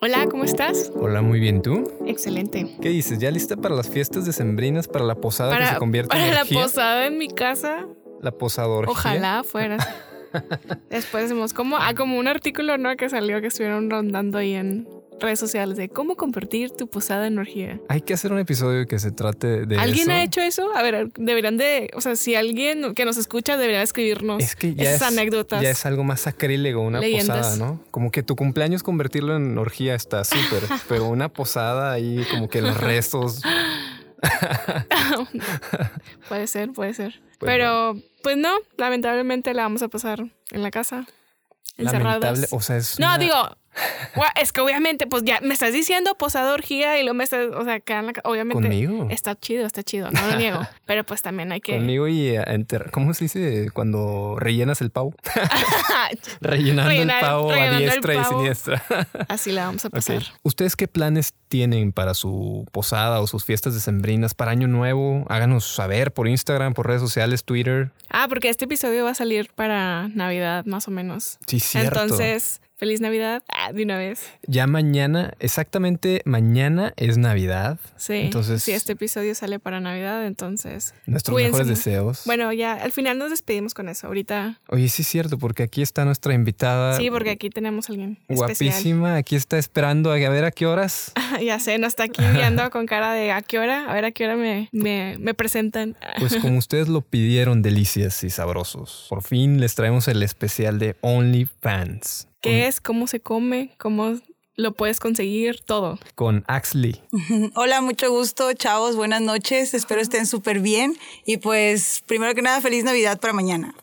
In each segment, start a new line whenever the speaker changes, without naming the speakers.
Hola, ¿cómo estás?
Hola, muy bien, ¿tú?
Excelente.
¿Qué dices? ¿Ya lista para las fiestas decembrinas, para la posada que se convierte en
Para la
orgía?
posada en mi casa.
La posadorgía.
Ojalá fuera. Después decimos, como un artículo, ¿no? Que salió, que estuvieron rondando ahí en redes sociales de cómo convertir tu posada en orgía.
Hay que hacer un episodio que se trate de
¿Alguien
eso.
ha hecho eso? A ver, deberían de... O sea, si alguien que nos escucha debería escribirnos
Es que ya
esas anécdotas.
Ya es algo más sacrílego, una
Leyendas.
posada, ¿no? Como que tu cumpleaños convertirlo en orgía está súper, pero una posada ahí como que los restos...
Puede ser. Pero, pues no, lamentablemente la vamos a pasar en la casa. Encerrados.
Lamentable, o sea, es
No,
una...
digo, es que obviamente, pues ya me estás diciendo posada orgía y luego me estás, o sea, acá en la obviamente.
¿Conmigo?
Está chido, no lo niego. Pero pues también hay que.
Conmigo y ¿cómo se dice cuando rellenas el pavo? Rellenando el pavo a diestra y siniestra.
Así la vamos a pasar.
Okay. ¿Ustedes qué planes tienen para su posada o sus fiestas decembrinas para Año Nuevo? Háganos saber por Instagram, por redes sociales, Twitter.
Porque este episodio va a salir para Navidad, más o menos.
Sí, cierto.
Entonces, feliz Navidad de una vez.
Ya mañana, exactamente mañana es Navidad.
Sí,
entonces,
sí, este episodio sale para Navidad, entonces...
Nuestros mejores deseos.
Bueno, ya al final nos despedimos con eso, ahorita...
Oye, sí es cierto, porque aquí está nuestra invitada.
Sí, porque aquí tenemos a alguien
guapísima,
especial.
Aquí está esperando a ver a qué horas.
Ya sé, nos está aquí viendo con cara de a qué hora, a ver a qué hora me presentan.
Pues como ustedes lo pidieron, delicias y sabrosos, por fin les traemos el especial de OnlyFans.
¿Qué es? ¿Cómo se come? ¿Cómo lo puedes conseguir? Todo.
Con Axley.
Hola, mucho gusto, chavos. Buenas noches. Espero estén súper bien. Y pues, primero que nada, feliz Navidad para mañana.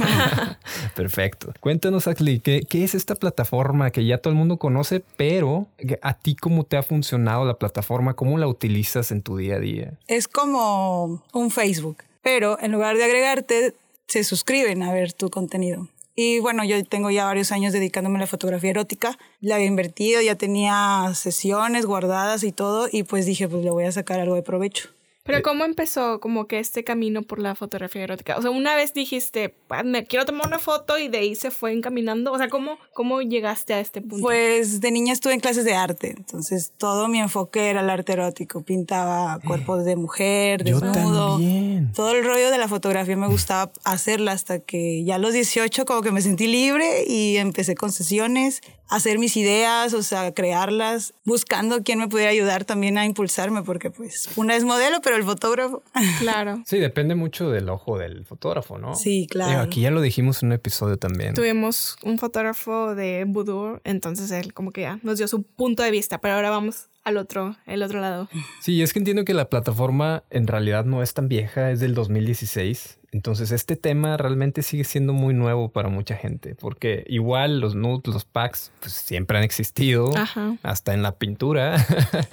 Perfecto. Cuéntanos, Axley, ¿qué es esta plataforma que ya todo el mundo conoce, pero a ti cómo te ha funcionado la plataforma? ¿Cómo la utilizas en tu día a día?
Es como un Facebook, pero en lugar de agregarte, se suscriben a ver tu contenido. Y bueno, yo tengo ya varios años dedicándome a la fotografía erótica. La había invertido, ya tenía sesiones guardadas y todo. Y pues dije, pues le voy a sacar algo de provecho.
Pero ¿cómo empezó como que este camino por la fotografía erótica? O sea, una vez dijiste, me quiero tomar una foto y de ahí se fue encaminando. O sea, ¿cómo llegaste a este punto?
Pues de niña estuve en clases de arte. Entonces todo mi enfoque era el arte erótico. Pintaba cuerpos de mujer, desnudo.
Yo también.
Todo el rollo de la fotografía me gustaba hacerla hasta que ya a los 18 como que me sentí libre y empecé con sesiones, a hacer mis ideas, o sea, crearlas, buscando quién me pudiera ayudar también a impulsarme, porque pues una es modelo, pero el fotógrafo.
Claro.
Sí, depende mucho del ojo del fotógrafo, ¿no?
Sí, claro.
Aquí ya lo dijimos en un episodio también.
Tuvimos un fotógrafo de Boudoir, entonces él como que ya nos dio su punto de vista, pero ahora vamos el otro lado.
Sí, es que entiendo que la plataforma en realidad no es tan vieja, es del 2016. Entonces este tema realmente sigue siendo muy nuevo para mucha gente, porque igual los nudes, los packs, pues siempre han existido.
Ajá.
Hasta en la pintura,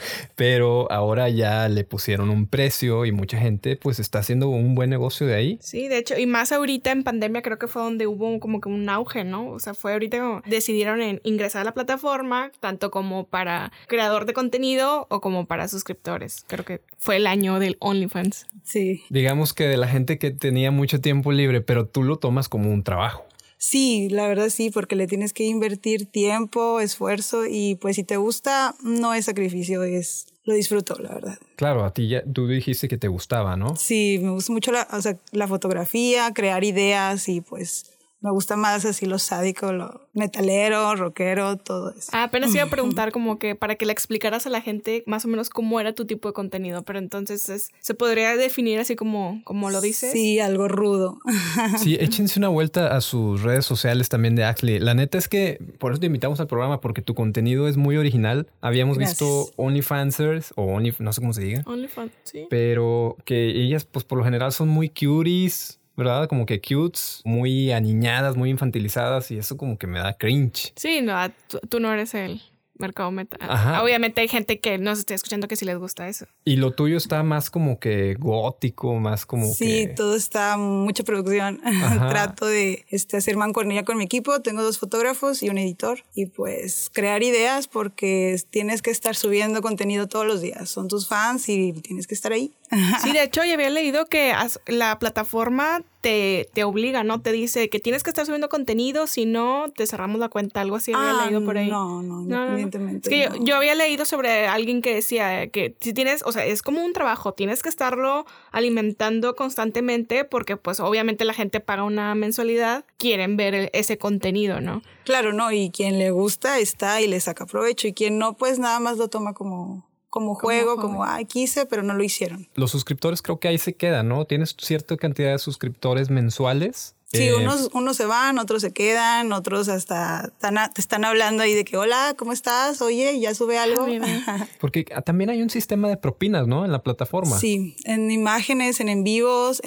pero ahora ya le pusieron un precio y mucha gente pues está haciendo un buen negocio de ahí.
Sí, de hecho, y más ahorita en pandemia creo que fue donde hubo como que un auge, ¿no? O sea, fue ahorita como decidieron ingresar a la plataforma, tanto como para creador de contenido o como para suscriptores. Creo que fue el año del OnlyFans.
Sí.
Digamos que de la gente que tenía mucho tiempo libre, pero tú lo tomas como un trabajo.
Sí, la verdad sí, porque le tienes que invertir tiempo, esfuerzo y pues si te gusta, no es sacrificio, lo disfruto, la verdad.
Claro, a ti tú dijiste que te gustaba, ¿no?
Sí, me gusta mucho la fotografía, crear ideas y pues me gusta más así lo sádico, lo metalero, rockero, todo eso.
Apenas iba a preguntar como que para que le explicaras a la gente más o menos cómo era tu tipo de contenido, pero entonces ¿se podría definir así como lo dices?
Sí, algo rudo.
Sí, échense una vuelta a sus redes sociales también de Axley. La neta es que por eso te invitamos al programa, porque tu contenido es muy original. Habíamos visto OnlyFansers o no sé cómo se diga.
OnlyFans, sí.
Pero que ellas pues por lo general son muy cuties, ¿verdad? Como que cutes, muy aniñadas, muy infantilizadas y eso como que me da cringe.
Sí, no, tú no eres el mercado meta.
Ajá.
Obviamente hay gente que nos está escuchando que sí les gusta eso.
Y lo tuyo está más como que gótico, más como
sí,
que...
todo está mucha producción. Trato de hacer mancuernilla con mi equipo. Tengo 2 fotógrafos y un editor. Y pues crear ideas porque tienes que estar subiendo contenido todos los días. Son tus fans y tienes que estar ahí.
Sí, de hecho, ya había leído que la plataforma te obliga, ¿no? Te dice que tienes que estar subiendo contenido, si no, te cerramos la cuenta. Algo así había leído por ahí.
No, independientemente.
Es que yo había leído sobre alguien que decía que si tienes, o sea, es como un trabajo, tienes que estarlo alimentando constantemente porque pues obviamente la gente paga una mensualidad, quieren ver ese contenido, ¿no?
Claro, no, y quien le gusta está y le saca provecho, y quien no, pues nada más lo toma como juego, como quise, pero no lo hicieron.
Los suscriptores creo que ahí se quedan, ¿no? Tienes cierta cantidad de suscriptores mensuales.
Sí, unos se van, otros se quedan, otros hasta te están hablando ahí de que hola, ¿cómo estás? Oye, ¿ya sube algo?
Porque también hay un sistema de propinas, ¿no? En la plataforma.
Sí, en imágenes, en vivos,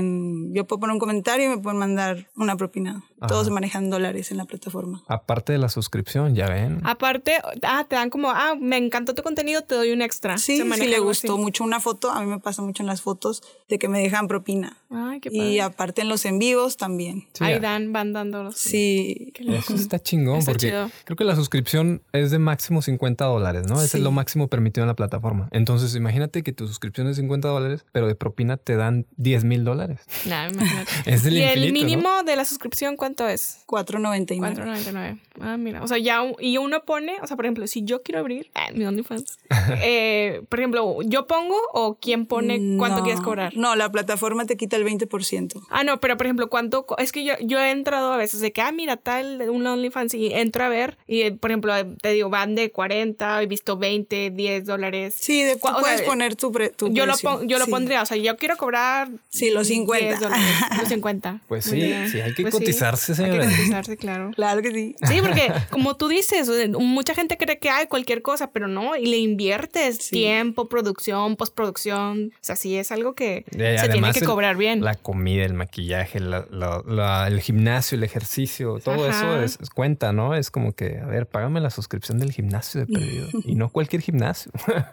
yo puedo poner un comentario y me pueden mandar una propina. Ajá. Todos se manejan dólares en la plataforma.
Aparte de la suscripción, ya ven.
Aparte, te dan como, me encantó tu contenido, te doy un extra.
Sí, si le gustó mucho una foto, a mí me pasa mucho en las fotos de que me dejan propina.
Ay, qué padre.
Y aparte en los en vivos también.
Sí,
ahí van dando los.
Sí.
Eso está chingón,
está
porque
chido.
Creo que la suscripción es de máximo $50, ¿no?
Sí.
Ese es lo máximo permitido en la plataforma. Entonces, imagínate que tu suscripción es $50, pero de propina te dan $10,000.
Nah, imagínate.
Es del
¿Y
infinito,
el mínimo,
¿no?
de la suscripción cuánto es?
$4.99.
$4.99. Ah, mira. O sea, y uno pone, o sea, por ejemplo, si yo quiero abrir mi OnlyFans, por ejemplo, ¿yo pongo o quién pone cuánto quieres cobrar?
No, la plataforma te quita el 20%.
Ah, no, pero por ejemplo, ¿cuánto? Es que yo he entrado a veces de que, mira, tal, un OnlyFans, y entro a ver, y por ejemplo, te digo, van de 40, he visto 20, $10.
Sí, puedes poner tu
yo
precio.
Yo lo pondría, o sea, yo quiero cobrar.
Sí, los 50.
$10, los 50.
Pues sí, hay que cotizarse, señores.
Hay que cotizarse, claro.
Claro que sí.
Sí, porque como tú dices, mucha gente cree que hay cualquier cosa, pero no, y le inviertes tiempo, producción, postproducción. O sea, sí es algo que se tiene que cobrar bien.
La comida, el maquillaje, el gimnasio, el ejercicio, todo eso es cuenta, ¿no? Es como que, a ver, págame la suscripción del gimnasio de perdido. Y no cualquier gimnasio.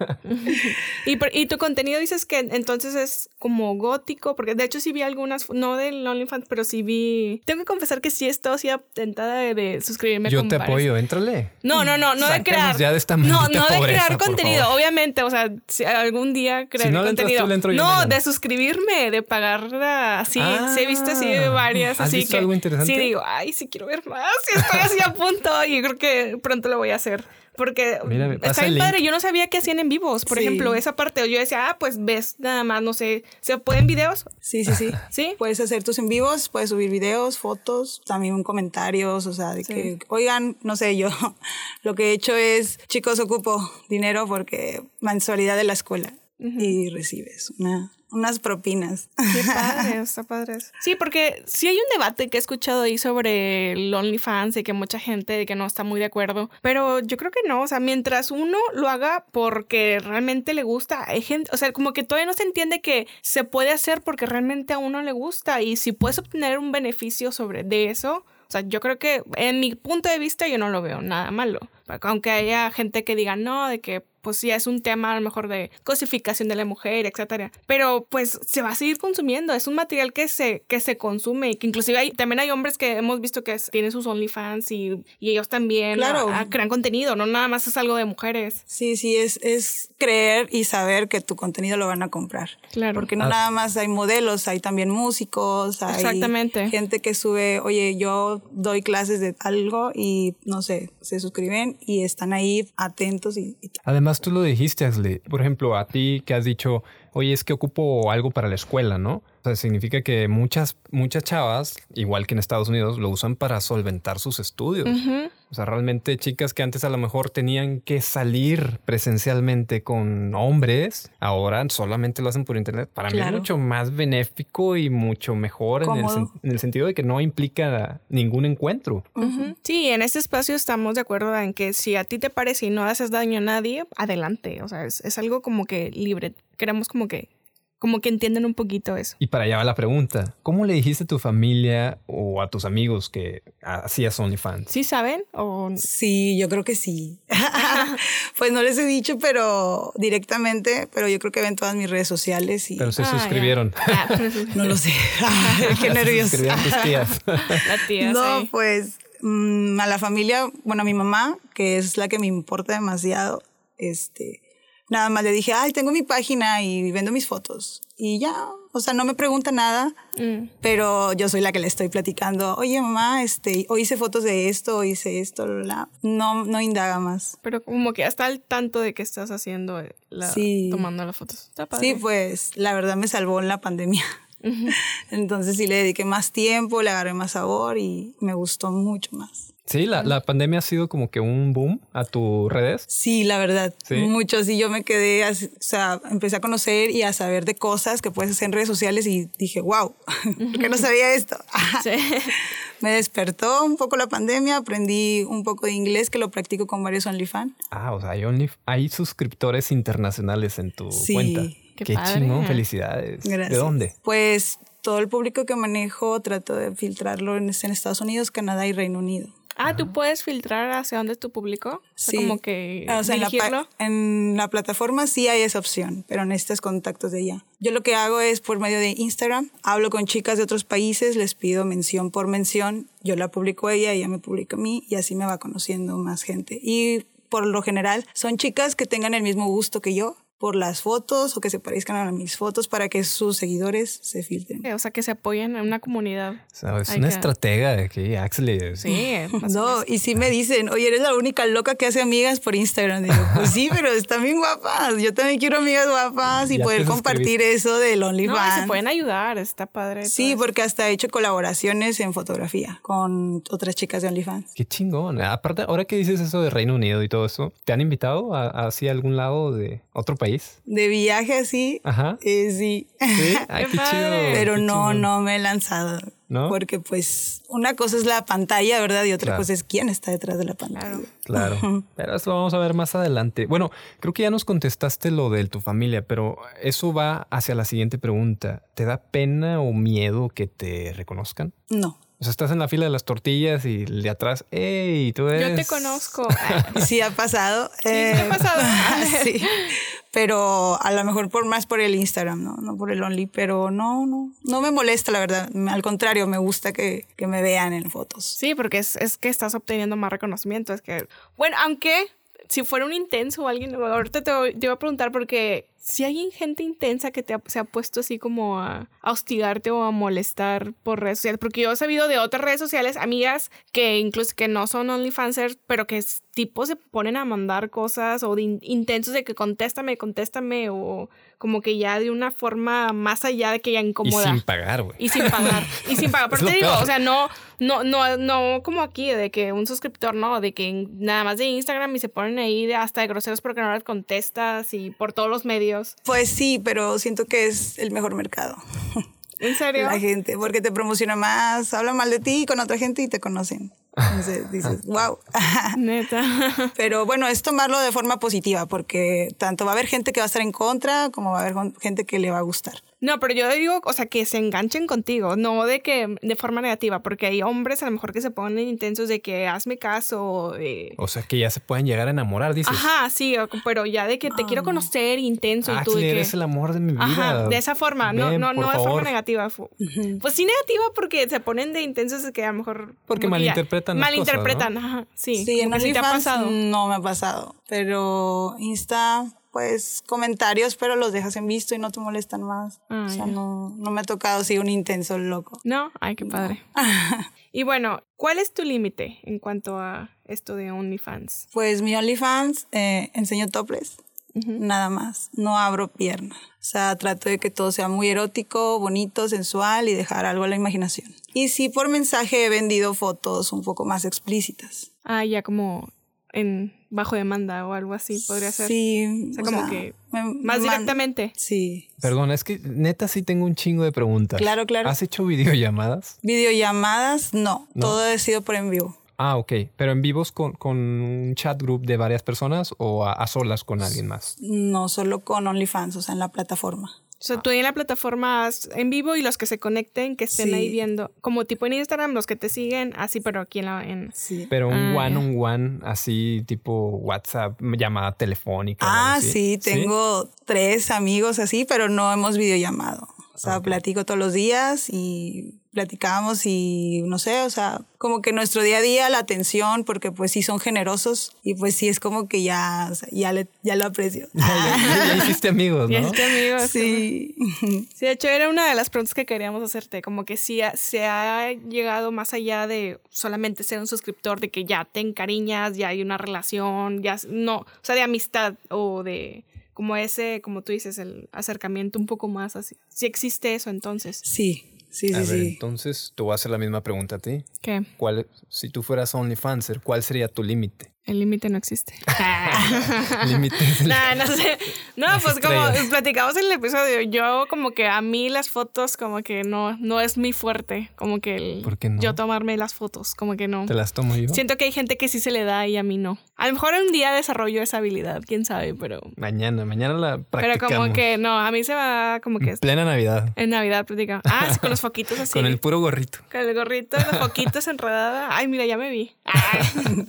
Y tu contenido dices que entonces es como gótico, porque de hecho sí vi algunas, no del OnlyFans, pero sí vi. Tengo que confesar que sí estoy así tentada de suscribirme.
Yo te apoyo, éntrale.
No de crear.
Ya de esta
no
pobreza,
de crear contenido, obviamente. O sea, si algún día crear
si no
contenido.
Le entro yo
no,
mañana.
de suscribirme, de pagar así. Sí, he visto así varias.
¿Has
así
visto
que
algo interesante?
Sí, digo, sí quiero ver más. Sí, estoy así a punto y creo que pronto lo voy a hacer. Porque está bien padre. Yo no sabía que hacían en vivos. Por ejemplo, esa parte. Yo decía, pues ves nada más, no sé. ¿Se pueden videos?
Sí.
¿Sí?
Puedes hacer tus en vivos, puedes subir videos, fotos, también comentarios, o sea, de que, oigan, no sé, yo lo que he hecho es, chicos, ocupo dinero porque mensualidad de la escuela. Y recibes unas propinas.
Qué padre, está padre. Sí, porque sí hay un debate que he escuchado ahí sobre el OnlyFans y que mucha gente que no está muy de acuerdo, pero yo creo que no, o sea, mientras uno lo haga porque realmente le gusta, hay gente, o sea, como que todavía no se entiende que se puede hacer porque realmente a uno le gusta, y si puedes obtener un beneficio de eso, o sea, yo creo que en mi punto de vista yo no lo veo nada malo. Aunque haya gente que diga no, de que pues sí es un tema a lo mejor de cosificación de la mujer, etcétera. Pero pues se va a seguir consumiendo. Es un material que se consume y que inclusive también hay hombres que hemos visto que tienen sus OnlyFans y ellos también crean contenido. No nada más es algo de mujeres.
Sí, es creer y saber que tu contenido lo van a comprar.
Claro.
Porque no nada más hay modelos, hay también músicos, hay gente que sube, oye, yo doy clases de algo y no sé, se suscriben y están ahí atentos y
Además, tú lo dijiste, Ashley. Por ejemplo, a ti que has dicho, oye, es que ocupo algo para la escuela, ¿no? O sea, significa que muchas chavas, igual que en Estados Unidos, lo usan para solventar sus estudios. O sea, realmente chicas que antes a lo mejor tenían que salir presencialmente con hombres, ahora solamente lo hacen por internet. Para mí es mucho más benéfico y mucho mejor en el sentido de que no implica ningún encuentro.
Sí, en este espacio estamos de acuerdo en que si a ti te parece y no haces daño a nadie, adelante. O sea, es algo como que libre. Queremos como que entiendan un poquito eso.
Y para allá va la pregunta. ¿Cómo le dijiste a tu familia o a tus amigos que hacías OnlyFans?
¿Sí saben?
Sí, yo creo que sí. Pues no les he dicho, pero directamente, pero yo creo que ven todas mis redes sociales.
Pero se suscribieron.
No lo sé. Qué nervioso.
Se suscribieron tus tías.
La tía,
no,
sí.
Pues a la familia, bueno, a mi mamá, que es la que me importa demasiado, nada más le dije, tengo mi página y vendo mis fotos. Y ya, O sea, no me pregunta nada, pero yo soy la que le estoy platicando. Oye, mamá, hoy hice fotos de esto, hoy hice esto, no indaga más.
Pero como que ya está al tanto de que estás haciendo tomando las fotos. Está padre.
Sí, pues la verdad me salvó en la pandemia. Entonces sí le dediqué más tiempo, le agarré más sabor y me gustó mucho más.
Sí, la pandemia ha sido como que un boom a tus redes.
Sí, la verdad, ¿sí? Mucho. Sí, yo me quedé, o sea, empecé a conocer y a saber de cosas que puedes hacer en redes sociales y dije, wow, ¿por qué no sabía esto? Sí. Me despertó un poco la pandemia, aprendí un poco de inglés que lo practico con varios OnlyFans.
O sea, hay suscriptores internacionales en tu cuenta. Qué chingón, felicidades.
Gracias.
¿De dónde?
Pues todo el público que manejo trato de filtrarlo en Estados Unidos, Canadá y Reino Unido.
¿Tú puedes filtrar hacia dónde es tu público?
Sí.
Como que
dirigirlo. En la plataforma sí hay esa opción, pero necesitas contactos de allá. Yo lo que hago es por medio de Instagram, hablo con chicas de otros países, les pido mención por mención, yo la publico a ella me publica a mí y así me va conociendo más gente. Y por lo general son chicas que tengan el mismo gusto que yo por las fotos o que se parezcan a mis fotos para que sus seguidores se filtren.
O sea, que se apoyen en una comunidad.
O sea, es una estratega de que Axel.
Sí.
No, y sí me dicen, oye, eres la única loca que hace amigas por Instagram. Digo, pues sí, pero están bien guapas. Yo también quiero amigas guapas y poder compartir eso del OnlyFans.
No, se pueden ayudar, está padre.
Sí, porque hasta he hecho colaboraciones en fotografía con otras chicas de OnlyFans.
Qué chingón. Aparte, ahora que dices eso de Reino Unido y todo eso, ¿te han invitado hacia algún lado de otro país?
De viaje así.
Ajá.
Sí.
¿Sí? Ay, qué chido.
Pero
qué
no me he lanzado.
¿No?
Porque pues una cosa es la pantalla, ¿verdad? Y otra cosa es quién está detrás de la pantalla.
Claro. Pero eso lo vamos a ver más adelante. Bueno, creo que ya nos contestaste lo de tu familia, pero eso va hacia la siguiente pregunta. ¿Te da pena o miedo que te reconozcan?
No.
O sea, estás en la fila de las tortillas y el de atrás, ¡ey! Tú eres...
Yo te conozco.
Sí ha pasado.
Sí ha pasado.
Sí. Pero a lo mejor por el Instagram, no por el Only. Pero no me molesta, la verdad. Al contrario, me gusta que me vean en fotos.
Sí, porque es que estás obteniendo más reconocimiento. Es que, bueno, aunque si fuera un intenso o alguien, ahorita te iba a preguntar porque si hay gente intensa que se ha puesto así como a hostigarte o a molestar por redes sociales, porque yo he sabido de otras redes sociales, amigas que incluso que no son OnlyFansers, pero que tipo se ponen a mandar cosas o de intensos de que contéstame o como que ya de una forma más allá de que ya incomoda.
Y sin pagar, güey.
Y sin pagar. Pero te digo, o sea, no como aquí de que un suscriptor, no, de que nada más de Instagram y se ponen ahí hasta de groseros porque no les contestas y por todos los medios.
Pues sí, pero siento que es el mejor mercado.
¿En serio?
La gente, porque te promociona más, habla mal de ti con otra gente y te conocen. Entonces dices, wow.
Neta.
Pero bueno, es tomarlo de forma positiva, porque tanto va a haber gente que va a estar en contra, como va a haber gente que le va a gustar.
No, pero yo digo, o sea, que se enganchen contigo, no de que de forma negativa, porque hay hombres a lo mejor que se ponen intensos de que hazme caso.
O sea, que ya se pueden llegar a enamorar, dices.
Ajá, sí, pero ya de que te quiero conocer intenso y tú de que
eres el amor de mi vida.
Ajá, de esa forma,
Ven,
no de
favor.
forma negativa. Pues sí negativa porque se ponen de intensos de que a lo mejor
porque malinterpretan las
malinterpretan,
cosas, ¿no?
Ajá, sí.
Sí, en
sí te ha pasado.
No me ha pasado, pero Insta, pues comentarios, pero los dejas en visto y no te molestan más. O sea, no me ha tocado así un intenso loco.
No, ay, qué padre. Y bueno, ¿cuál es tu límite en cuanto a esto de OnlyFans?
Pues mi OnlyFans enseño topless, nada más, no abro pierna. O sea, trato de que todo sea muy erótico, bonito, sensual y dejar algo a la imaginación. Y sí, por mensaje he vendido fotos un poco más explícitas.
Ya como en bajo demanda o algo así podría ser.
Sí.
O sea, como que más directamente.
Sí.
Perdón, es que neta sí tengo un chingo de preguntas.
Claro.
¿Has hecho videollamadas?
Videollamadas, no. Todo ha sido por en vivo.
Ok. ¿Pero en vivos con un chat group de varias personas o a solas con alguien más?
No, solo con OnlyFans, o sea, en la plataforma.
O sea, tú ahí en la plataforma en vivo y los que se conecten, que estén ahí viendo. Como tipo en Instagram, los que te siguen, así, pero aquí
Sí.
Pero un one-on-one, así tipo WhatsApp, llamada telefónica.
Sí, tengo 3 amigos así, pero no hemos videollamado. O sea, platico todos los días y platicábamos y no sé, o sea, como que nuestro día a día, la atención, porque pues sí son generosos y pues sí es como que ya, o sea, ya lo aprecio.
Ya hiciste amigos, ¿no?
Ya hiciste amigos.
Sí.
Sí, de hecho era una de las preguntas que queríamos hacerte, como que si se ha llegado más allá de solamente ser un suscriptor, de que ya te encariñas, ya hay una relación, ya no, o sea, de amistad o de como ese, como tú dices, el acercamiento un poco más así. Si existe eso entonces.
Sí.
A ver, entonces te voy a hacer la misma pregunta a ti.
¿Qué?
Si tú fueras OnlyFanser, ¿cuál sería tu límite?
El límite no existe.
Límite.
No sé. No, pues como platicamos en el episodio, yo como que a mí las fotos como que no es mi fuerte. Como que
¿Por qué no?
yo tomarme las fotos, como que no.
¿Te las tomo yo?
Siento que hay gente que sí se le da y a mí no. A lo mejor un día desarrollo esa habilidad, quién sabe, pero...
Mañana la practicamos.
Pero como que no, a mí se va como que...
Plena Navidad.
En Navidad platicamos. Ah, sí, con los foquitos así.
Con el puro gorrito.
Con el gorrito, los foquitos enredada. Ay, mira, ya me vi. Ay.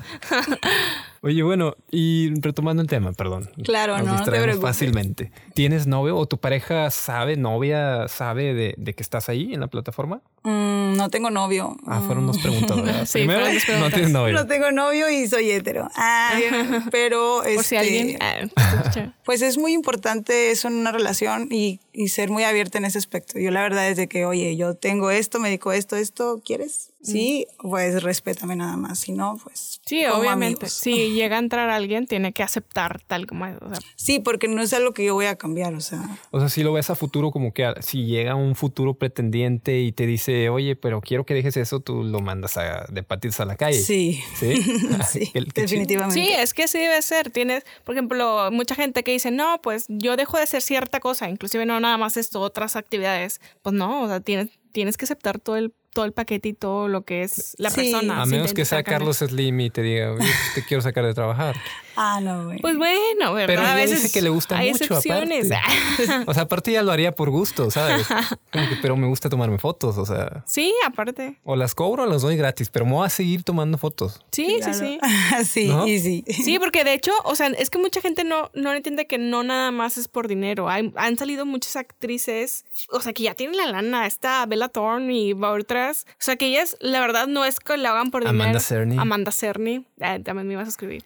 Oye, bueno, y retomando el tema, perdón.
Claro,
Nos
no te
distraemos
preocupes.
fácilmente. ¿Tienes novio o tu pareja novia sabe de que estás ahí en la plataforma?
No tengo novio.
Fueron dos preguntas, ¿verdad?
Sí,
Primero,
fueron dos preguntas.
no tienes novio.
No tengo novio y soy hetero. Pero
Por si alguien...
pues es muy importante eso en una relación y ser muy abierta en ese aspecto. Yo la verdad es de que, oye, yo tengo esto, me dedico a esto, ¿quieres? Sí, pues respétame nada más. Si no, pues
Sí,
como
obviamente.
amigos.
Si llega a entrar alguien, tiene que aceptar tal como es. O sea,
Sí, porque no es algo que yo voy a cambiar, o sea.
O sea, si lo ves a futuro, como que si llega un futuro pretendiente y te dice, oye, pero quiero que dejes eso, tú lo mandas de patitas a la calle.
Sí.
¿Sí?
Sí,
Qué
definitivamente.
sí, es que sí debe ser. Tienes, por ejemplo, mucha gente que dice, no, pues yo dejo de hacer cierta cosa, inclusive no nada más esto, otras actividades. Pues no, o sea, tienes que aceptar todo el paquete y todo lo que es la
Sí.
persona.
A
sin
menos que sea
intentar cambiar.
Carlos Slim y te diga, oye, pues te quiero sacar de trabajar.
No, güey.
Pues bueno, ¿verdad?
Pero
a
ella
veces
dice que le gusta
hay
mucho,
excepciones.
aparte. O sea, aparte ya lo haría por gusto, ¿sabes? Como que, pero me gusta tomarme fotos, o sea.
Sí, aparte.
O las cobro o las doy gratis, pero me voy a seguir tomando fotos.
Sí,
Claro.
sí.
Sí,
¿No?
y sí.
Sí, porque de hecho, o sea, es que mucha gente no entiende que no nada más es por dinero. Han salido muchas actrices, o sea, que ya tienen la lana. Está Bella Thorne y otras. O sea, que ellas, la verdad, no es que lo hagan por dinero. Amanda Cerny. También me ibas a escribir.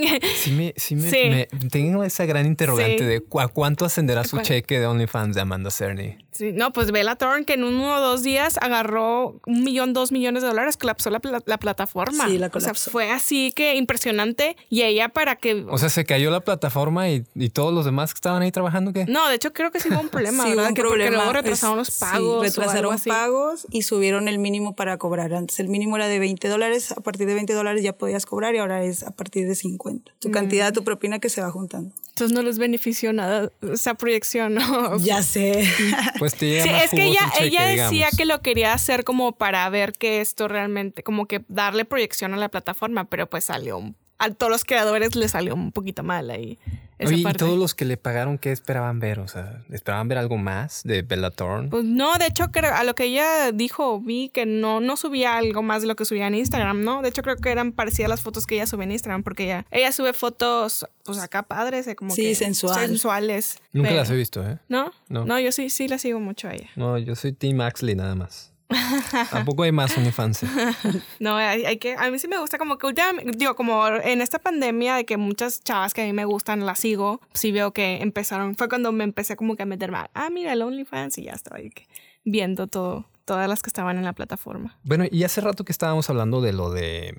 Sí, me tengo esa gran interrogante
Sí.
de ¿a cuánto ascenderá su cheque de OnlyFans de Amanda Cerny?
Sí, no, pues Bella Thorne, que en 1 o 2 días agarró $1 millón, $2 millones, colapsó la plataforma.
Sí, la
colapsó.
colapsó.
O sea, fue así que impresionante. Y ella para que...
O sea, se cayó la plataforma y todos los demás que estaban ahí trabajando, ¿qué?
No, de hecho creo que sí hubo un problema,
Sí, hubo
¿verdad?
un
Que
problema.
porque luego retrasaron los pagos.
Sí, retrasaron pagos y subieron el mínimo para cobrar. Antes el mínimo era de $20, a partir de $20 ya podías cobrar y ahora es a partir de 50. Tu cantidad, tu propina que se va juntando.
Entonces no les benefició nada esa proyección, ¿no?
Ya sé.
Pues te llega
Sí,
más
es que
jugoso el cheque,
ella decía
digamos.
que lo quería hacer como para ver que esto realmente, como que darle proyección a la plataforma, pero pues salió, a todos los creadores les salió un poquito mal ahí. Esa
Oye,
parte.
¿y todos los que le pagaron qué esperaban ver? O sea, ¿esperaban ver algo más de Bella Thorne?
Pues no, de hecho creo, a lo que ella dijo, vi que no subía algo más de lo que subía en Instagram, ¿no? De hecho creo que eran parecidas las fotos que ella sube en Instagram, porque ella sube fotos, pues acá padres, como
Sí,
que
sensuales.
Nunca
pero-
las he visto, ¿eh?
¿No?
No.
No, yo sí la sigo mucho a ella.
No, yo soy Team Axley nada más. Tampoco hay más OnlyFans.
No, hay que, a mí sí me gusta como que últimamente, digo, como en esta pandemia de que muchas chavas que a mí me gustan las sigo, sí veo que empezaron, fue cuando me empecé como que a meter más, mira el OnlyFans y ya estaba ahí viendo todas las que estaban en la plataforma.
Bueno, y hace rato que estábamos hablando de lo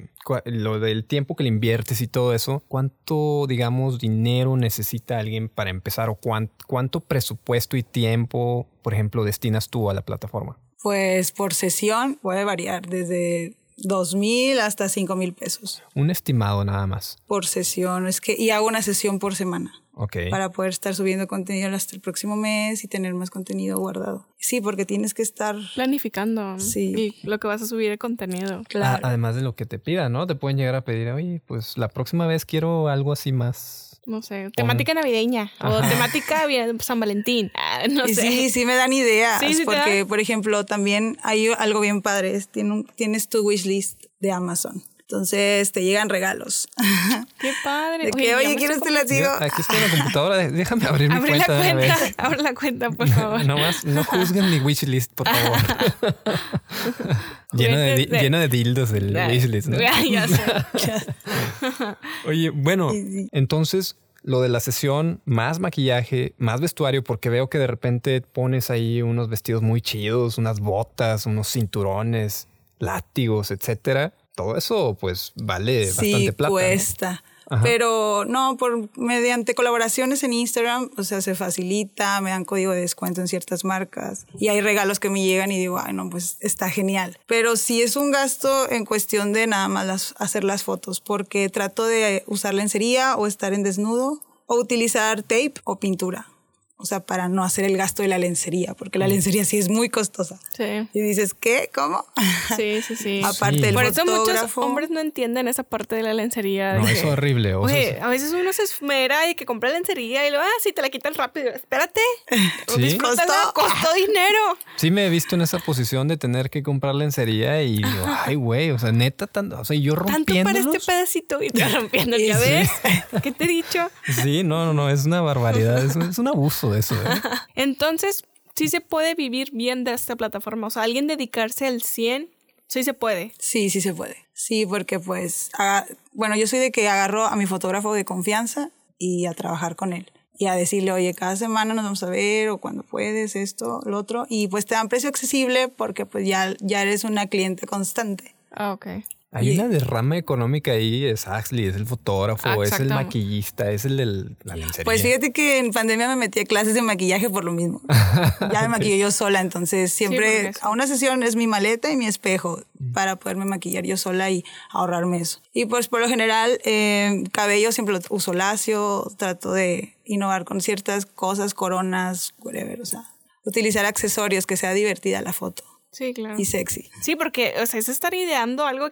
del tiempo que le inviertes y todo eso, ¿cuánto, digamos, dinero necesita alguien para empezar o cuánto presupuesto y tiempo, por ejemplo, destinas tú a la plataforma?
Pues por sesión puede variar desde 2,000 hasta 5,000 pesos
Un estimado nada más.
por sesión. Y hago una sesión por semana.
Ok.
Para poder estar subiendo contenido hasta el próximo mes y tener más contenido guardado. Sí, porque tienes que estar...
Planificando.
Sí.
Y lo que vas a subir el contenido.
Claro.
Además de lo que te pidan, ¿no? Te pueden llegar a pedir, oye, pues la próxima vez quiero algo así más.
No sé, temática navideña o temática San Valentín. No
Y
sé.
sí me dan ideas.
Sí, ¿te
porque,
dan?
por ejemplo, también hay algo bien padre. Tienes tu wishlist de Amazon. Entonces te llegan regalos.
Qué padre.
De que, oye, ¿quiero este látigo?
Aquí está la computadora, déjame abrir mi cuenta.
Abre la cuenta, por favor.
Nomás no juzguen mi wishlist, por favor. lleno de dildos el wishlist, ¿no?
Ya sé.
Oye, bueno, entonces lo de la sesión, más maquillaje, más vestuario, porque veo que de repente pones ahí unos vestidos muy chidos, unas botas, unos cinturones, látigos, etcétera. Todo eso pues vale bastante plata. Sí,
cuesta. ¿No? Pero no, mediante colaboraciones en Instagram, o sea, se facilita, me dan código de descuento en ciertas marcas y hay regalos que me llegan y digo, ay, no, pues está genial. Pero sí es un gasto en cuestión de nada más hacer las fotos, porque trato de usar lencería o estar en desnudo o utilizar tape o pintura. O sea, para no hacer el gasto de la lencería, porque la lencería sí es muy costosa. Sí. Y dices, ¿qué? ¿Cómo?
Sí.
Aparte del
Por
fotógrafo.
eso muchos hombres no entienden esa parte de la lencería.
No, es horrible.
Oye, a veces uno se esmera y que compra lencería y luego, sí, te la quitan rápido. Espérate.
¿Sí?
Costó dinero.
Sí, me he visto en esa posición de tener que comprar lencería y digo, ay, güey, o sea, neta, tanto, o sea, yo rompiéndolos.
Tanto para este pedacito y te rompiendo, ¿ya ves? ¿Qué te he dicho?
Sí, no, es una barbaridad, es un abuso de eso.
Entonces, sí se puede vivir bien de esta plataforma. O sea, alguien dedicarse al 100, sí se puede.
Sí se puede. Sí, porque pues, bueno, yo soy de que agarro a mi fotógrafo de confianza y a trabajar con él. Y a decirle, oye, cada semana nos vamos a ver o cuando puedes, esto, lo otro. Y pues te dan precio accesible porque pues ya eres una cliente constante.
Ah, ok.
Hay una derrama económica ahí, es Axley, es el fotógrafo, es el maquillista, es el de la lencería.
Pues fíjate que en pandemia me metí a clases de maquillaje por lo mismo. Ya me maquillo yo sola, entonces siempre a una sesión es mi maleta y mi espejo para poderme maquillar yo sola y ahorrarme eso. Y pues por lo general, cabello siempre lo uso lacio, trato de innovar con ciertas cosas, coronas, whatever, o sea, utilizar accesorios, que sea divertida la foto.
Sí, claro.
Y sexy.
Sí, porque, o sea, es estar ideando algo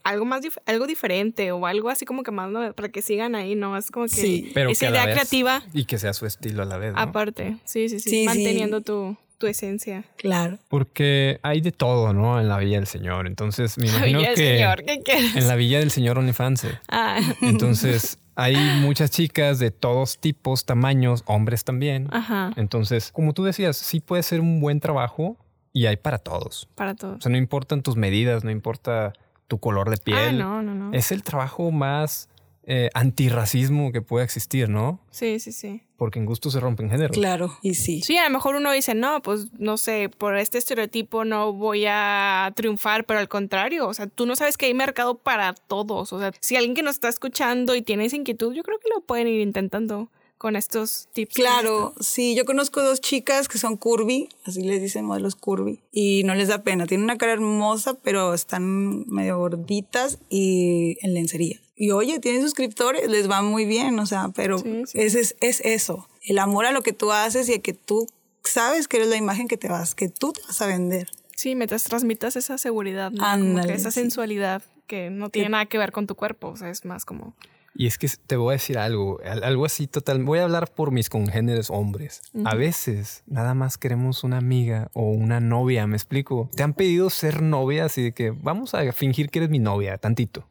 algo diferente o algo así como que más, ¿no? Para que sigan ahí, ¿no? Es como que
sí,
pero
esa
que
idea creativa.
Y que sea su estilo a la vez, ¿no?
Aparte, sí. Manteniendo tu esencia.
Claro.
Porque hay de todo, ¿no? En la Villa del Señor. Entonces, me imagino que...
Señor, ¿qué quieres?
En la Villa del Señor OnlyFans. Entonces, hay muchas chicas de todos tipos, tamaños, hombres también.
Ajá.
Entonces, como tú decías, sí puede ser un buen trabajo. Y hay para todos.
Para todos.
O sea, no importan tus medidas, no importa tu color de piel.
No.
Es el trabajo más antirracismo que puede existir, ¿no?
Sí.
Porque en gusto se rompen géneros.
Claro, y sí.
Sí, a lo mejor uno dice, no, pues no sé, por este estereotipo no voy a triunfar, pero al contrario, o sea, tú no sabes que hay mercado para todos. O sea, si alguien que nos está escuchando y tiene esa inquietud, yo creo que lo pueden ir intentando con estos tips.
Claro, sí, yo conozco 2 chicas que son curvy, así les dicen modelos curvy, y no les da pena. Tienen una cara hermosa, pero están medio gorditas y en lencería. Y oye, tienen suscriptores, les va muy bien, o sea, pero sí. Es eso, el amor a lo que tú haces y a que tú sabes que eres la imagen que tú te vas a vender.
Sí, mientras transmitas esa seguridad, ¿no?
Ándale,
como que esa sensualidad que no tiene nada que ver con tu cuerpo, o sea, es más como...
Y es que te voy a decir algo así total. Voy a hablar por mis congéneres hombres. A veces nada más queremos una amiga o una novia, ¿me explico? Te han pedido ser novia, así de que vamos a fingir que eres mi novia, tantito.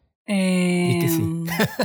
Y que sí.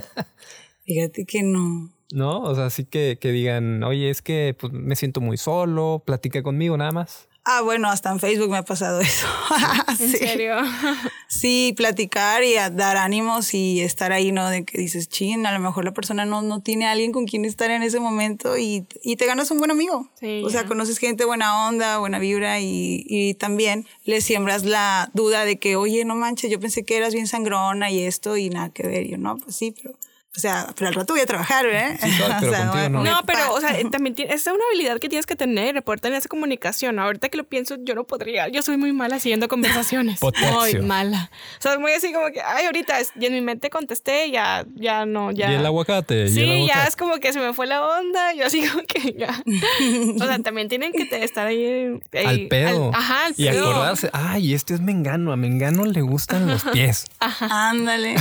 Fíjate que no.
No, o sea, así que digan, oye, es que pues, me siento muy solo, platica conmigo nada más.
Ah, bueno, hasta en Facebook me ha pasado eso.
¿En serio?
Sí, platicar y dar ánimos y estar ahí, ¿no? De que dices, chin, a lo mejor la persona no tiene a alguien con quien estar en ese momento y te ganas un buen amigo.
Sí,
o sea, conoces gente buena onda, buena vibra y también le siembras la duda de que, oye, no manches, yo pensé que eras bien sangrona y esto y nada que ver. Y yo, no, pues sí, pero al rato voy a trabajar, ¿eh?
Sí, pero contigo no.
No, pero, o sea, también es una habilidad que tienes que tener, poder tener esa comunicación. Ahorita que lo pienso, yo no podría. Yo soy muy mala siguiendo conversaciones. Muy mala. O sea, muy así como que, ay, ahorita, y en mi mente contesté, ya no.
Y el aguacate.
Sí, ya es como que se me fue la onda. Yo así como que ya. O sea, también tienen que estar ahí
al pedo.
Al
y
pedo.
acordarse, ay, este es Mengano. A Mengano le gustan los pies.
Ajá. Ándale.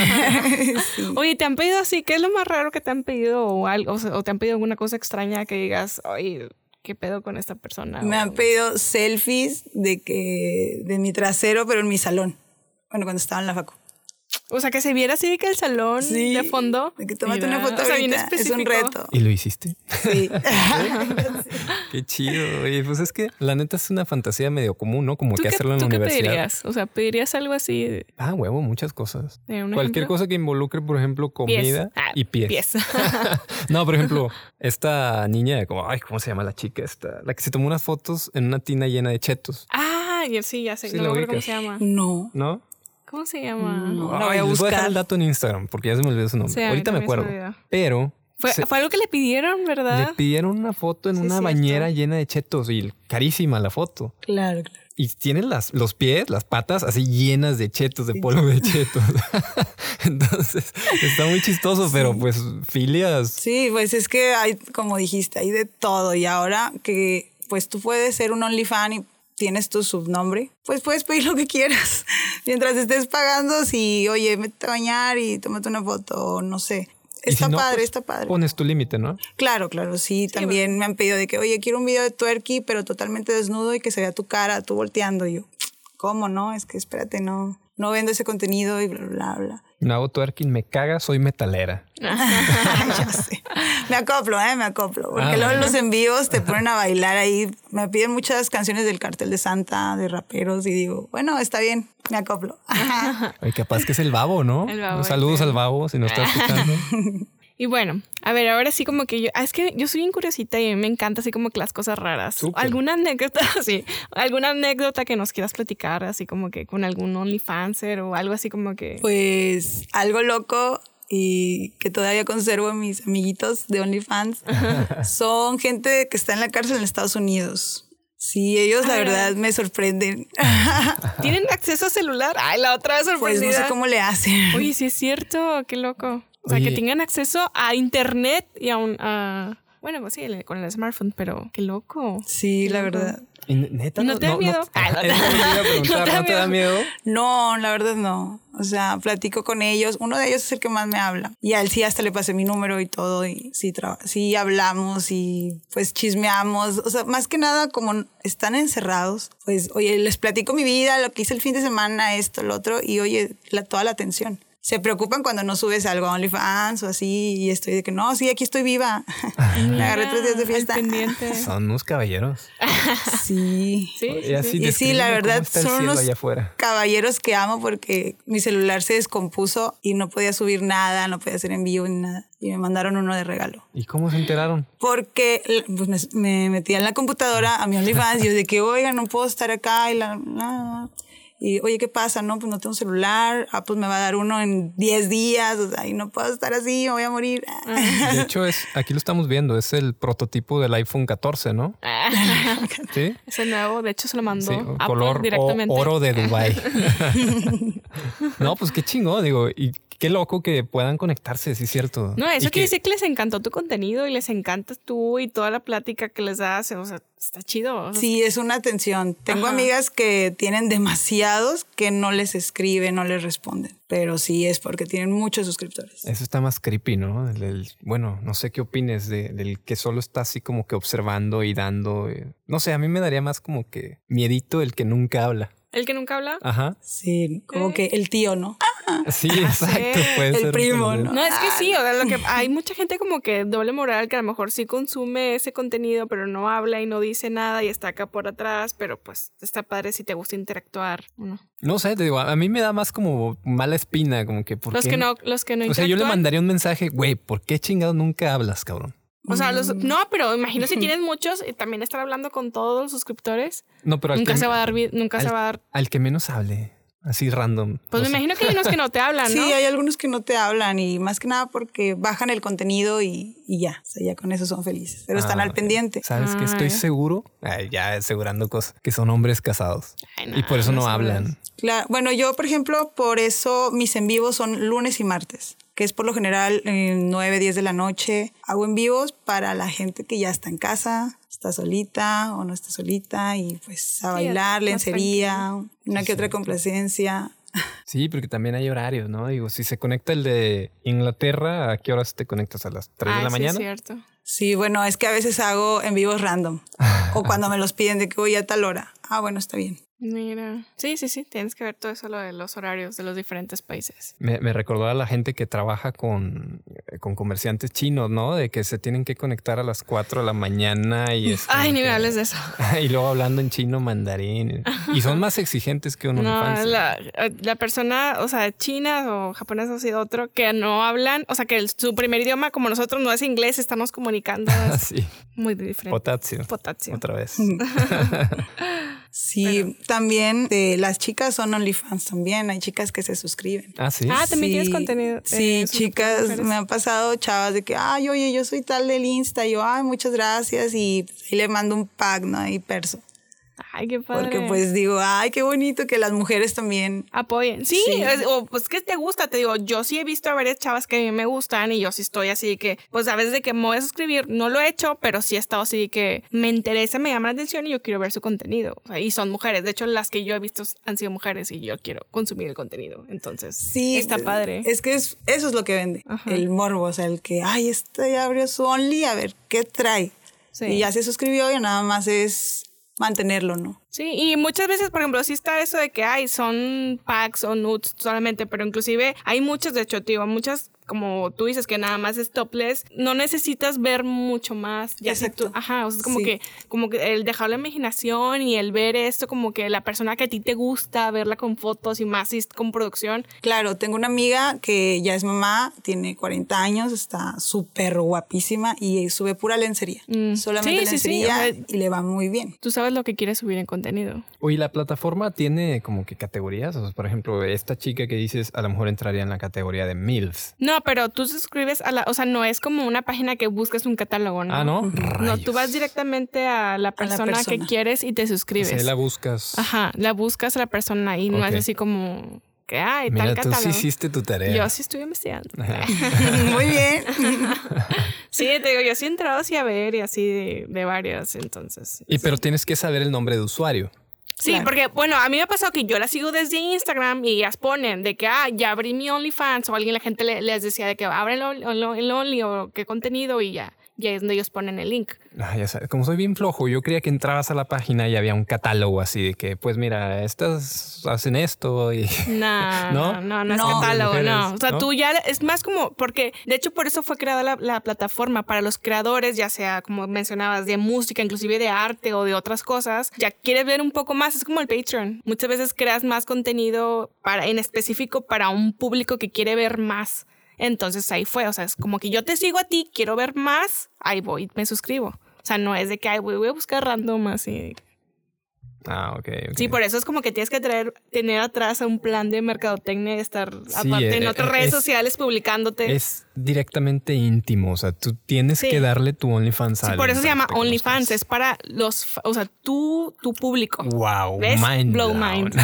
Sí. Oye, ¿te han pedido así? ¿Qué es lo más raro que te han pedido o algo? O te han pedido alguna cosa extraña que digas, oye, ¿qué pedo con esta persona?
Me han pedido selfies de mi trasero, pero en mi salón. Bueno, cuando estaba en la facu.
O sea, que se viera así de que el salón
Sí,
de fondo.
de que tómate
Mira,
una foto
o sea, bien
ahorita, es un
específico.
reto.
¿Y lo hiciste?
Sí.
Qué chido. Oye, pues es que la neta es una fantasía medio común, ¿no? Como
¿Tú
que
qué,
hacerlo en la
tú qué
universidad.
pedirías? O sea, ¿pedirías algo así de
Huevo, muchas cosas.
un
Cualquier
ejemplo?
cosa que involucre, por ejemplo,
Pies.
comida y pies. No, por ejemplo, esta niña, ¿cómo se llama la chica esta? La que se tomó unas fotos en una tina llena de chetos,
Sí, ya sé.
Sí,
No
la
me acuerdo cómo
ubicas.
se llama.
No.
¿no?
¿Cómo se llama?
No.
Ay,
la voy a
les voy a dejar
buscar.
el dato en Instagram porque ya se me olvidó su nombre.
Sí, a mí
Ahorita me
también se
acuerdo.
me olvidó.
Pero
Fue algo que le pidieron, ¿verdad?
le pidieron una foto en
Sí,
una
cierto.
bañera llena de chetos y carísima la foto.
Claro, claro.
Y tienen los pies, las patas así llenas de chetos, de polvo de chetos. Entonces está muy chistoso, pero pues filias.
Sí, pues es que hay, como dijiste, hay de todo. Y ahora que pues tú puedes ser un OnlyFans y tienes tu subnombre, pues puedes pedir lo que quieras. Mientras estés pagando, si, oye, métete a bañar y tómate una foto, o no sé.
Y
Está
si no,
padre,
pues,
está padre.
Pones tu límite, ¿no?
Claro, claro, sí. También me han pedido de que, oye, quiero un video de twerky, pero totalmente desnudo y que se vea tu cara, tú volteando. Y yo, ¿cómo no? Es que espérate, no vendo ese contenido y bla, bla, bla.
No hago twerking, me caga, soy metalera.
Ya sé. Me acoplo. Porque luego en los envíos te ponen a bailar ahí. Me piden muchas canciones del Cartel de Santa, de raperos, y digo, bueno, está bien, me acoplo.
Ay, capaz que es el babo, ¿no?
El babo,
Saludos
sí.
al babo si nos está escuchando.
Y bueno, a ver, ahora sí como que es que yo soy bien curiosita y a mí me encanta así como que las cosas raras.
Súper.
¿Alguna anécdota, sí, alguna anécdota que nos quieras platicar así como que con algún OnlyFanser o algo así como que...
Pues algo loco y que todavía conservo en mis amiguitos de OnlyFans son gente que está en la cárcel en Estados Unidos. Sí, ellos la verdad me sorprenden.
¿Tienen acceso a celular? Ay, la otra vez
Pues
sorprendida.
no sé cómo le hacen.
Oye, sí es cierto, qué loco. O sea,
Oye.
que tengan acceso a internet y bueno, pues sí, con el smartphone, pero qué loco.
Sí, la verdad.
Y neta,
¿Y no te da miedo?
Es lo que te iba a preguntar, ¿no te da miedo?
No, la verdad no. O sea, platico con ellos. Uno de ellos es el que más me habla. Y a él sí hasta le pasé mi número y todo. Y sí hablamos y pues chismeamos. O sea, más que nada como están encerrados, pues oye, les platico mi vida, lo que hice el fin de semana, esto, lo otro. Y oye, toda la atención. Se preocupan cuando no subes algo a OnlyFans o así y estoy de que no, sí, aquí estoy viva. Me agarré 3 días de fiesta.
Al pendiente.
Son unos caballeros.
Sí.
Sí,
Y así
Y sí, la
descríbeme
verdad,
cómo está el
son
cielo
unos
allá afuera.
caballeros que amo porque mi celular se descompuso y no podía subir nada, no podía hacer envío ni nada. Y me mandaron uno de regalo.
¿Y cómo se enteraron?
Porque pues, me metía en la computadora a mi OnlyFans y yo de que, oiga, no puedo estar acá y oye, ¿qué pasa? No, pues no tengo celular. Pues me va a dar uno en 10 días. O sea, y no puedo estar así, me voy a morir.
De hecho, aquí lo estamos viendo, es el prototipo del iPhone 14, ¿no? Sí.
Ese nuevo, de hecho se lo mandó
Sí,
Apple
color
directamente.
oro de Dubái. No, pues qué chingón, digo, y qué loco que puedan conectarse, sí es cierto.
No, eso
Y
quiere decir que les encantó tu contenido y les encantas tú y toda la plática que les das. O sea, está chido. O sea,
Sí, es una atención. Tengo amigas que tienen demasiados que no les escriben, no les responden. Pero sí es porque tienen muchos suscriptores.
Eso está más creepy, ¿no? Bueno, no sé qué opines del que solo está así como que observando y dando. No sé, a mí me daría más como que miedito el que nunca habla.
el que nunca habla.
Ajá.
Sí, como que el tío, ¿no?
Sí, exacto. Puede
El
ser
primo,
un-
¿no?
No, es que sí, o sea, lo que hay mucha gente como que doble moral que a lo mejor sí consume ese contenido, pero no habla y no dice nada y está acá por atrás, pero pues está padre si te gusta interactuar, ¿no?
No sé, te digo, a mí me da más como mala espina, como que ¿por
Los
qué?
que no
O sea, yo le
interactúan.
mandaría un mensaje, güey, ¿por qué chingados nunca hablas, cabrón?
O sea, no, pero imagino si tienes muchos y también estar hablando con todos los suscriptores,
No, pero
nunca se va a dar, nunca se va a dar.
al que menos hable, así random.
Pues
No
me
sé.
imagino que hay unos que no te hablan,
Sí,
¿no?
hay algunos que no te hablan y más que nada porque bajan el contenido y ya. O sea, ya con eso son felices. Pero están al
ok.
pendiente.
¿Sabes que estoy
ya.
seguro? Ay, ya asegurando cosas, que son hombres casados.
Ay,
Y por eso no
sé,
hablan.
Claro. Bueno, yo, por ejemplo, por eso mis en vivos son lunes y martes, que es por lo general 9, 10 de la noche. Hago en vivos para la gente que ya está en casa, está solita o no está solita y pues a bailar,
más
lencería, una que otra complacencia.
Sí, porque también hay horarios, ¿no? Digo, si se conecta el de Inglaterra, ¿a qué horas te conectas? ¿A las 3 de la
Sí,
mañana?
es cierto.
Sí, bueno, es que a veces hago en vivos random o cuando me los piden de que voy a tal hora. Ah, bueno, está bien.
Mira. Sí, tienes que ver todo eso, lo de los horarios de los diferentes países.
Me recordó a la gente que trabaja con comerciantes chinos, ¿no? De que se tienen que conectar a las 4 de la mañana y
Ay, ni me hables de eso.
Y luego hablando en chino mandarín. Y son más exigentes que un OnlyFans.
La persona, o sea, china o japonesa o así, otro, que no hablan, o sea, que su primer idioma como nosotros no es inglés, estamos comunicando.
Sí.
Muy diferente.
Potasio. Otra vez.
Sí, también las chicas son OnlyFans también. Hay chicas que se suscriben.
Ah, sí.
También tienes contenido.
Sí, chicas, me han pasado chavas de que, oye, yo soy tal del Insta. Y yo, muchas gracias. Y le mando un pack, ¿no? Y perso.
Ay, qué padre.
Porque pues digo, qué bonito que las mujeres también
apoyen. Sí. O pues que te gusta, te digo, yo sí he visto a varias chavas que a mí me gustan y yo sí estoy así que, pues a veces de que me voy a suscribir, no lo he hecho, pero sí he estado así de que me interesa, me llama la atención y yo quiero ver su contenido. O sea, y son mujeres, de hecho las que yo he visto han sido mujeres y yo quiero consumir el contenido. Entonces, sí, está padre.
Es que eso es lo que vende, el morbo, o sea, el que, ya abrió su Only, a ver, ¿qué trae? Sí. Y ya se suscribió y nada más es mantenerlo, ¿no?
Sí, y muchas veces, por ejemplo, sí está eso de que son packs o nudes solamente, pero inclusive hay muchas, de hecho, tío, muchas, como tú dices, que nada más es topless, no necesitas ver mucho más. Ya
exacto.
O sea, es como que el dejar la imaginación y el ver esto, como que la persona que a ti te gusta, verla con fotos y más con producción.
Claro, tengo una amiga que ya es mamá, tiene 40 años, está súper guapísima y sube pura lencería. Solamente lencería y le va muy bien.
Tú sabes lo que quieres subir en contenido.
Oye, ¿la plataforma tiene como que categorías? O sea, por ejemplo, esta chica que dices a lo mejor entraría en la categoría de MILFs.
No, pero tú suscribes o sea, no es como una página que buscas un catálogo, ¿no?
Ah, ¿no?
No, tú vas directamente a la persona que quieres y te suscribes.
O sea, la buscas.
Ajá, la buscas a la persona y no es así como que
mira,
tal catálogo.
Tú sí hiciste tu tarea.
Yo sí estuve investigando.
Muy bien.
Sí, te digo, yo sí he entrado así a ver y así de varias, entonces.
Pero tienes que saber el nombre de usuario.
Sí, claro. Porque, bueno, a mí me ha pasado que yo la sigo desde Instagram y ellas ponen de que, ya abrí mi OnlyFans, o alguien, la gente les decía de que abren el Only o qué contenido y ya es donde ellos ponen el link.
Ya sabes, como soy bien flojo, yo creía que entrabas a la página y había un catálogo así de que, pues mira, estas hacen esto y...
No es catálogo, mujeres, no. O sea, ¿no? Tú ya es más como, porque de hecho por eso fue creada la plataforma para los creadores, ya sea como mencionabas, de música, inclusive de arte o de otras cosas. Ya quieres ver un poco más, es como el Patreon. Muchas veces creas más contenido en específico para un público que quiere ver más. Entonces ahí fue, o sea, es como que yo te sigo a ti, quiero ver más, ahí voy, me suscribo. O sea, no es de que voy a buscar random así.
Ok.
Sí, por eso es como que tienes que tener atrás un plan de mercadotecnia y estar aparte en otras redes sociales publicándote.
Es directamente íntimo, o sea, tú tienes que darle tu OnlyFans a alguien.
Por eso se llama OnlyFans, es para o sea, tu público.
Wow,
¿ves?
mind
blow
blown.
Mind.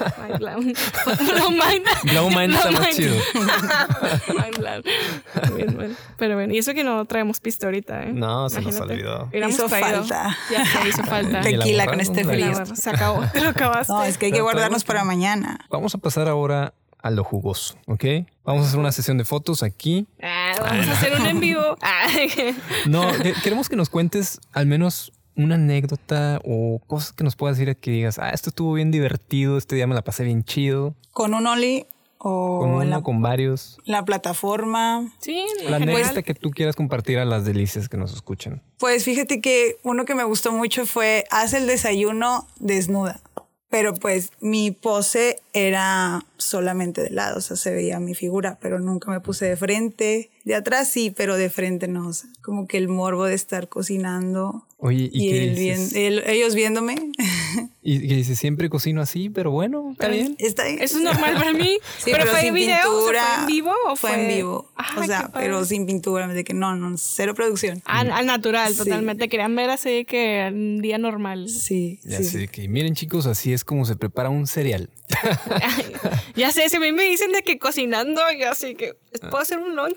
Blow mind.
Blow mind está más chido.
Mind blown.
Bien. Pero bueno, y eso que no traemos pista ahorita, ¿eh?
No, se nos olvidó.
Hizo falta.
Ya se hizo falta.
Tequila con este frío.
Se acabó, te lo acabaste.
No, es que hay que guardarnos para mañana.
Vamos a pasar ahora a lo jugoso, ¿ok? Vamos a hacer una sesión de fotos aquí.
Vamos a hacer un en vivo.
No, queremos que nos cuentes al menos una anécdota o cosas que nos puedas decir que digas, esto estuvo bien divertido, este día me la pasé bien chido.
Con un Only o
con uno, con varios.
La plataforma.
Sí,
la anécdota que tú quieras compartir a las delicias que nos escuchan.
Pues fíjate que uno que me gustó mucho fue haz el desayuno desnuda. Pero pues mi pose era solamente de lado, o sea, se veía mi figura, pero nunca me puse de frente. De atrás sí, pero de frente no, o sea, como que el morbo de estar cocinando.
Oye, ¿y qué dices?
Ellos viéndome.
Y que dice, siempre cocino así, pero bueno, está bien.
Está bien.
Eso es normal para mí.
Sí,
pero fue
sin
en video,
pintura,
o sea, ¿fue en vivo o
fue en vivo? O sea, pero sin pintura, de que no, cero producción.
Al natural, totalmente. Querían ver así que un día normal.
Sí.
Ya sé que miren, chicos, así es como se prepara un cereal.
Ya sé, si a mí me dicen de que cocinando, yo así que ¿puedo hacer un lonche?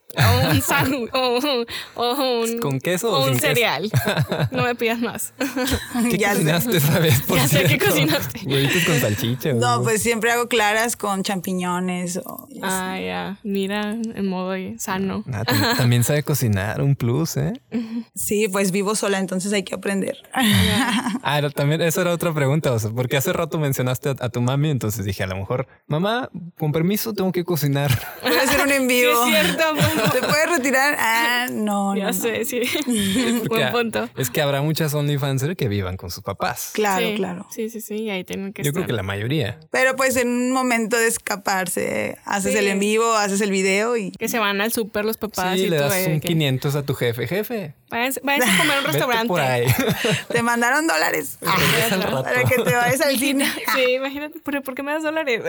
O un sándwich. O un...
¿Con queso o
o un
sin queso?
cereal. No me pidas más.
¿Qué
Ya sé.
cocinaste esa vez, por
Ya sé qué
cierto?
cocinaste.
Huevitos con salchicha.
No,
¿no?
pues siempre hago claras con champiñones o...
Ah, ya. Mira, en modo sano.
Ah, también sabe cocinar, un plus, ¿eh?
Sí, pues vivo sola, entonces hay que aprender.
Ah, también esa era otra pregunta, o sea, porque hace rato mencionaste a tu mami, entonces dije, a lo mejor, mamá, con permiso tengo que cocinar.
Voy a hacer un en vivo.
Sí, es cierto.
¿Te puedes retirar? Ah, no,
Ya
no.
sé, sí.
Porque
Buen punto.
es que habrá muchas OnlyFansers que vivan con sus papás.
Claro,
Sí,
claro.
Sí, sí, sí. Y ahí tienen que
Yo
estar.
creo que la mayoría.
Pero pues en un momento de escaparse, haces
Sí.
el en vivo, haces el video y...
Que se van al súper los papás
Sí,
y
le
todo.
das un 500 a tu jefe. Jefe,
Váyanse a comer a un
vete
restaurante.
por ahí.
Te mandaron dólares
Regresa al rato.
para que te vayas al cine.
Sí, imagínate, ¿pero por qué me das dólares?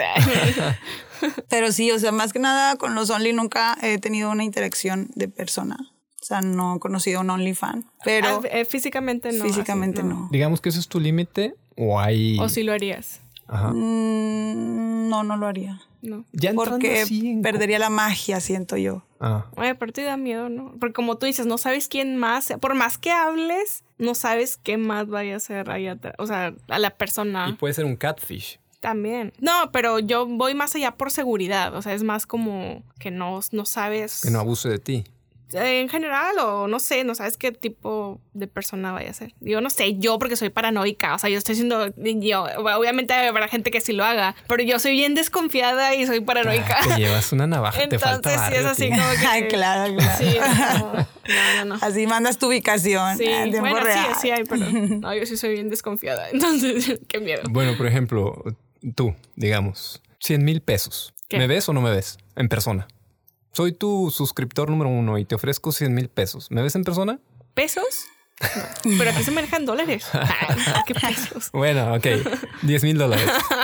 Pero sí, o sea, más que nada con los Only nunca he tenido una interacción de persona. O sea, no he conocido a un OnlyFan, pero
Físicamente no.
físicamente
así,
no.
Digamos que eso es tu límite o hay...
O si lo harías.
Ajá.
No, no lo haría.
No.
Ya entrando
Porque
así en-
perdería la magia, siento yo.
Ah.
Ay, aparte da miedo, ¿no? Porque como tú dices, no sabes quién más, por más que hables, no sabes qué más vaya a hacer ahí atrás. O sea, a la persona
Y puede ser un catfish.
también. No, pero yo voy más allá por seguridad. O sea, es más como que no sabes.
Que no abuse de ti.
En general, o no sé, no sabes qué tipo de persona vaya a ser. Digo, no sé, yo porque soy paranoica, o sea, yo estoy siendo, yo, obviamente habrá gente que sí lo haga, pero yo soy bien desconfiada y soy paranoica.
Te llevas una navaja, te falta
Entonces sí es
barrio,
así
tío.
como que...
Ay, claro, claro.
Sí, no.
Así mandas tu ubicación
Sí,
en tiempo
bueno,
real.
sí hay, pero no, yo sí soy bien desconfiada, entonces, qué miedo.
Bueno, por ejemplo, tú, digamos, 100,000 pesos.
¿Qué?
¿Me ves o no me ves? En persona. Soy tu suscriptor número 1 y te ofrezco 100,000 pesos. ¿Me ves en persona?
¿Pesos? No, pero aquí se manejan dólares. Ay, ¿qué pesos?
Bueno, ok. 10,000 dólares.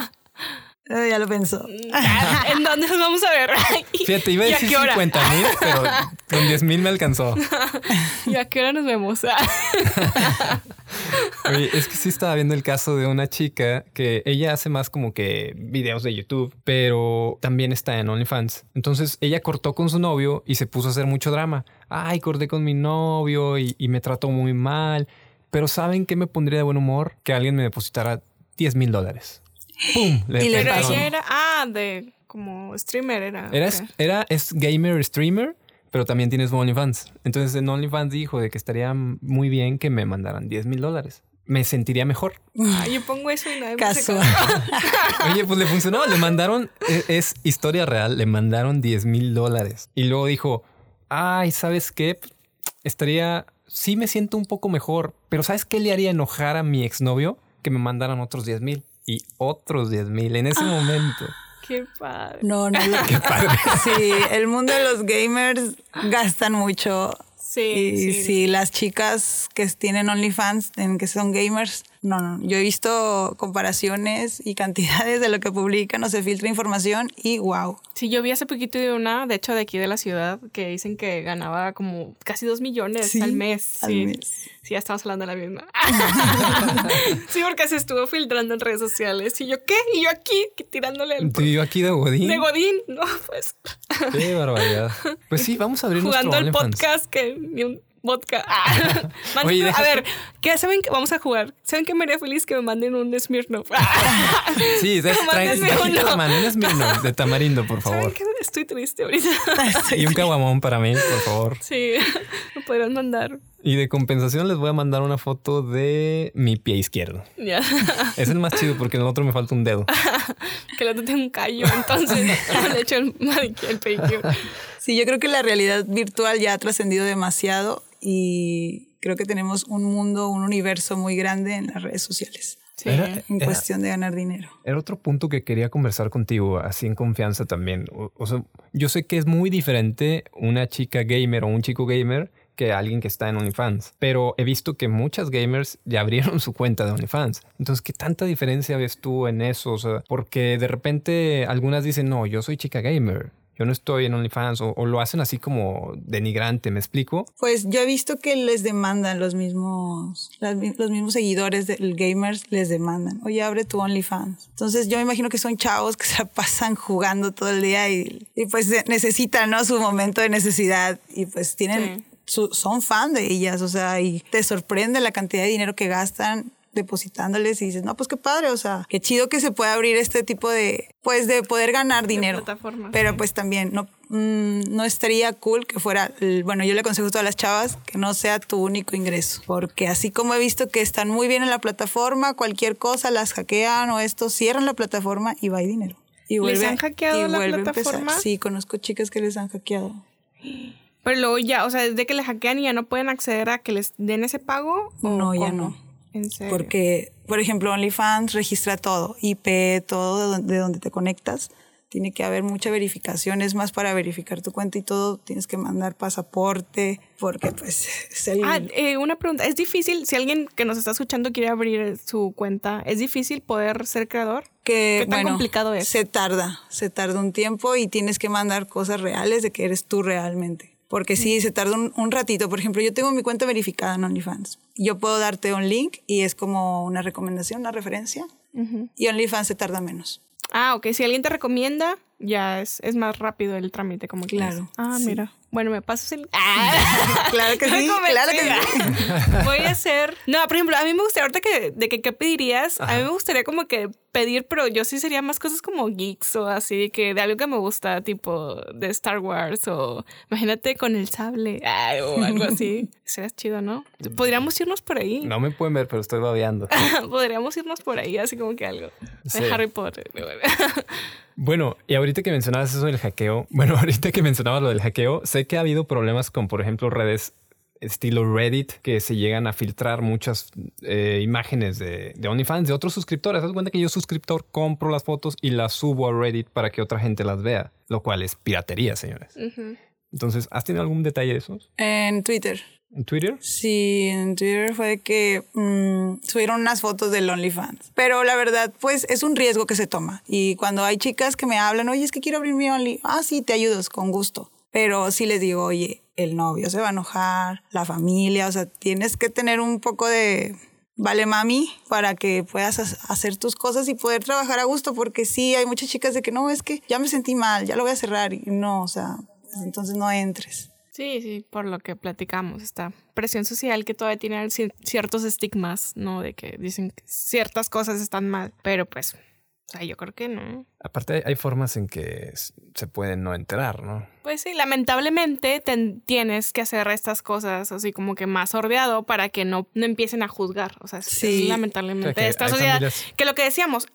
Ya lo pensó.
¿En dónde nos vamos a ver?
Fíjate, iba a
¿Y
decir
qué hora?
50,000, pero con 10,000 me alcanzó.
¿Y a qué hora nos vemos?
Oye, es que sí estaba viendo el caso de una chica que ella hace más como que videos de YouTube, pero también está en OnlyFans. Entonces ella cortó con su novio y se puso a hacer mucho drama. Ay, corté con mi novio y me trató muy mal. Pero ¿saben qué me pondría de buen humor? Que alguien me depositara 10,000 dólares. ¡Pum!
Y le
Pero
depositaron.
ella era, de como streamer era.
Es gamer streamer, pero también tienes OnlyFans. Entonces en OnlyFans dijo de que estaría muy bien que me mandaran 10,000 dólares. Me sentiría mejor.
Yo pongo eso y nadie me hace
Casual.
caso.
Oye, pues le funcionó. Le mandaron, es historia real, le mandaron 10,000 dólares. Y luego dijo, ay, ¿sabes qué? Sí me siento un poco mejor, pero ¿sabes qué le haría enojar a mi exnovio? Que me mandaran otros 10,000 y otros 10,000 en ese momento.
Qué padre.
No, qué padre. Sí, el mundo de los gamers gastan mucho.
Sí,
Y
sí.
sí, las chicas que tienen OnlyFans, que son gamers, no. Yo he visto comparaciones y cantidades de lo que publican o se filtra información y wow.
Sí, yo vi hace poquito de una, de hecho, de aquí de la ciudad, que dicen que ganaba como casi 2 millones
Sí,
al mes.
al
Sí,
mes.
sí, ya estamos hablando de la misma. Sí, porque se estuvo filtrando en redes sociales. Y yo, ¿qué? Y yo aquí tirándole el...
Tú y yo aquí de Godín.
De Godín. No, pues...
Qué barbaridad. Pues sí, vamos a abrir
Jugando
nuestro
el
OnlyFans.
podcast que ni un vodka.
Oye,
A
deja
ver, ¿qué saben que vamos a jugar? ¿Saben que me haría feliz que me manden un Smirnoff?
Sí,
Mándenme uno.
un Smirnoff de tamarindo, por
¿Saben
favor.
que estoy triste ahorita?
Y un caguamón para mí, por favor.
Sí, me podrán mandar.
Y de compensación les voy a mandar una foto de mi pie izquierdo.
Ya.
Es el más chido porque en el otro me falta un dedo.
Que el otro tenga un callo, entonces le echo el pedicure.
Sí, yo creo que la realidad virtual ya ha trascendido demasiado y creo que tenemos un mundo, un universo muy grande en las redes sociales
Sí.
en cuestión de ganar dinero.
Era otro punto que quería conversar contigo, así en confianza también. O sea, yo sé que es muy diferente una chica gamer o un chico gamer que alguien que está en OnlyFans. Pero he visto que muchas gamers ya abrieron su cuenta de OnlyFans. Entonces, ¿qué tanta diferencia ves tú en eso? O sea, porque de repente algunas dicen, no, yo soy chica gamer. yo no estoy en OnlyFans, o lo hacen así como denigrante, ¿me explico?
Pues yo he visto que les demandan los mismos seguidores del gamers, les demandan, oye, abre tu OnlyFans. Entonces yo me imagino que son chavos que se la pasan jugando todo el día y pues necesitan, ¿no?, su momento de necesidad y pues tienen, son fan de ellas, o sea, y te sorprende la cantidad de dinero que gastan depositándoles y dices, no, pues qué padre, o sea, qué chido que se pueda abrir este tipo de, pues de poder ganar dinero. Pero pues también no estaría cool que fuera, bueno, yo le aconsejo a todas las chavas que no sea tu único ingreso, porque así como he visto que están muy bien en la plataforma, cualquier cosa las hackean o esto, cierran la plataforma y va y dinero. Y
¿Les han hackeado la plataforma?
Sí, conozco chicas que les han hackeado.
Pero luego ya, o sea, desde que les hackean y ya no pueden acceder a que les den ese pago.
No, ya no.
¿En serio?
Porque, por ejemplo, OnlyFans registra todo, IP, todo de donde te conectas. Tiene que haber mucha verificación, es más para verificar tu cuenta y todo, tienes que mandar pasaporte, porque pues es el...
una pregunta, ¿es difícil, si alguien que nos está escuchando quiere abrir su cuenta, es difícil poder ser creador? ¿Qué tan complicado es?
Se tarda un tiempo y tienes que mandar cosas reales de que eres tú realmente. Porque sí, se tarda un ratito. Por ejemplo, yo tengo mi cuenta verificada en OnlyFans. Yo puedo darte un link y es como una recomendación, una referencia. Y OnlyFans se tarda menos.
Ah, ok. Si alguien te recomienda, ya es más rápido el trámite, como que
claro.
Sí. Mira. Bueno, me pasas el...
Claro que sí, claro que sí.
Voy a hacer... No, por ejemplo, a mí me gustaría, ahorita ¿qué pedirías? A mí me gustaría como que pedir, pero yo sí sería más cosas como geeks o así, que de algo que me gusta, tipo de Star Wars o imagínate con el sable o algo así. Sería chido, ¿no? Podríamos irnos por ahí.
No me pueden ver, pero estoy babeando.
Podríamos irnos por ahí, así como que algo de Harry Potter.
Bueno, y ahorita que mencionabas eso del hackeo, ahorita que mencionabas lo del hackeo, sé que ha habido problemas con, por ejemplo, redes estilo Reddit, que se llegan a filtrar muchas imágenes de OnlyFans de otros suscriptores. Haz cuenta que yo, suscriptor, compro las fotos y las subo a Reddit para que otra gente las vea, lo cual es piratería, señores. Entonces, ¿has tenido algún detalle de esos?
En Twitter.
¿En Twitter?
Sí, en Twitter fue que subieron unas fotos del OnlyFans. Pero la verdad, pues es un riesgo que se toma. Y cuando hay chicas que me hablan, oye, es que quiero abrir mi Only. Ah, sí, te ayudo, con gusto. Pero sí les digo, oye, el novio se va a enojar, la familia, o sea, tienes que tener un poco de vale mami para que puedas hacer tus cosas y poder trabajar a gusto. Porque sí, hay muchas chicas de que no, es que ya me sentí mal, ya lo voy a cerrar. Y no, o sea, entonces no entres.
Sí, por lo que platicamos, esta presión social que todavía tiene ciertos estigmas, ¿no? De que dicen que ciertas cosas están mal, pero pues, o sea, yo creo que no.
Aparte hay formas en que se pueden no enterar, ¿no?
Pues sí, lamentablemente tienes que hacer estas cosas así como que más sordeado para que no empiecen a juzgar. O sea, sí. Es lamentablemente, o sea, esta sociedad familias... que lo que decíamos,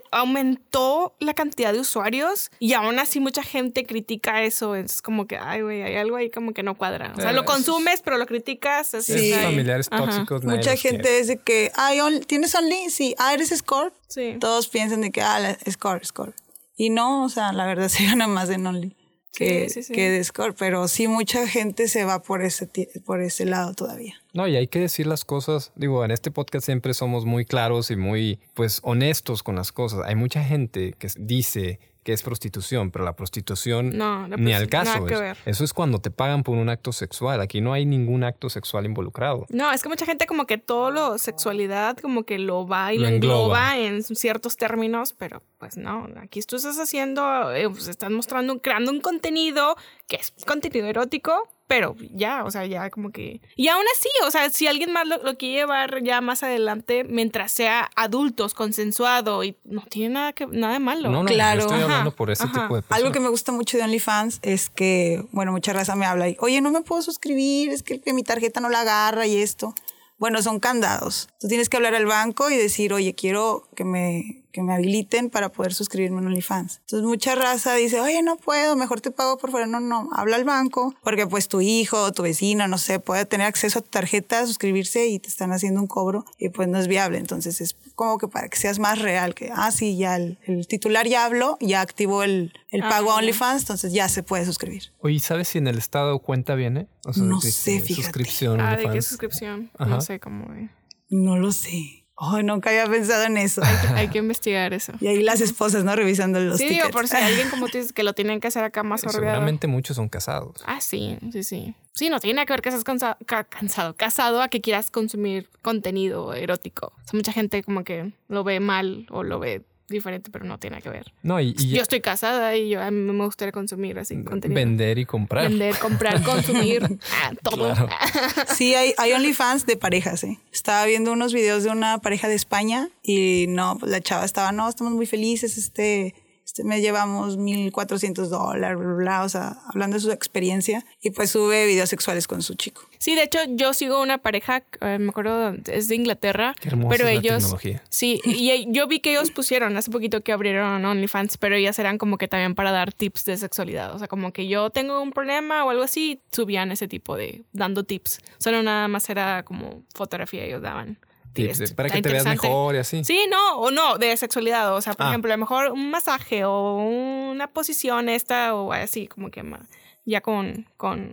aumentó la cantidad de usuarios y aún así mucha gente critica eso. Es como que, ay, güey, hay algo ahí como que no cuadra. O sea, lo consumes, pero lo criticas. Así,
sí.
Familiares tóxicos.
Mucha gente es de que, ay, ¿tienes Only? Sí. ¿Eres Score?
Sí.
Todos piensan de que, Score. Y no, o sea, la verdad se gana más en Only que de Score, pero sí mucha gente se va por ese lado todavía.
No, y hay que decir las cosas. Digo, en este podcast siempre somos muy claros y muy, pues, honestos con las cosas. Hay mucha gente que dice que es prostitución, pero la prostitución ni al caso. Eso es cuando te pagan por un acto sexual. Aquí no hay ningún acto sexual involucrado.
No, es que mucha gente como que todo lo sexualidad como que lo va y lo engloba en ciertos términos, pero pues no, aquí tú estás haciendo, pues estás creando un contenido que es contenido erótico, pero ya, o sea, ya como que... Y aún así, o sea, si alguien más lo quiere llevar ya más adelante, mientras sea adultos, consensuado, y no tiene nada de malo.
No,
claro.
Yo estoy hablando por ese tipo de personas.
Algo que me gusta mucho de OnlyFans es que, bueno, mucha raza me habla y, oye, no me puedo suscribir, es que mi tarjeta no la agarra y esto. Bueno, son candados. Tú tienes que hablar al banco y decir, oye, quiero que me habiliten para poder suscribirme en OnlyFans. Entonces mucha raza dice, oye, no puedo, mejor te pago por fuera. No, habla al banco, porque pues tu hijo o tu vecino, no sé, puede tener acceso a tu tarjeta, suscribirse y te están haciendo un cobro y pues no es viable. Entonces es como que para que seas más real, que, sí, ya el titular ya habló, ya activó el pago a OnlyFans, entonces ya se puede suscribir.
Oye, ¿sabes si en el estado cuenta viene?
O sea, no sé, fíjate.
Suscripción.
¿De qué suscripción? Ajá. No sé cómo.
No lo sé. Oh, nunca había pensado en eso.
Hay que investigar eso.
Y ahí las esposas, ¿no? Revisando los
Sí,
tickets.
digo, por si alguien como tú dices que lo tienen que hacer acá más ordenado.
Seguramente muchos son casados.
Ah, sí. Sí, no tiene nada que ver que seas casado a que quieras consumir contenido erótico. O sea, mucha gente como que lo ve mal o lo ve diferente, pero no tiene nada que ver.
No,
yo estoy casada y a mí me gustaría consumir así contenido.
Vender y comprar.
Vender, comprar, consumir, todo.
Claro.
Sí, hay OnlyFans de parejas, ¿eh? Estaba viendo unos videos de una pareja de España y no, pues la chava estaba, no, estamos muy felices, este mes llevamos $1,400, bla, bla, bla, o sea, hablando de su experiencia, y pues sube videos sexuales con su chico.
Sí, de hecho, yo sigo una pareja, me acuerdo, es de Inglaterra.
Qué hermosa
pero
es
ellos,
la tecnología.
Sí, y yo vi que ellos pusieron hace poquito que abrieron OnlyFans, pero ellas eran como que también para dar tips de sexualidad. O sea, como que yo tengo un problema o algo así, subían ese tipo de dando tips. O sea, no nada más era como fotografía, ellos daban.
Para que te veas mejor y así.
Sí, no, de sexualidad. O sea, por ejemplo, a lo mejor un masaje o una posición o así, como que ya con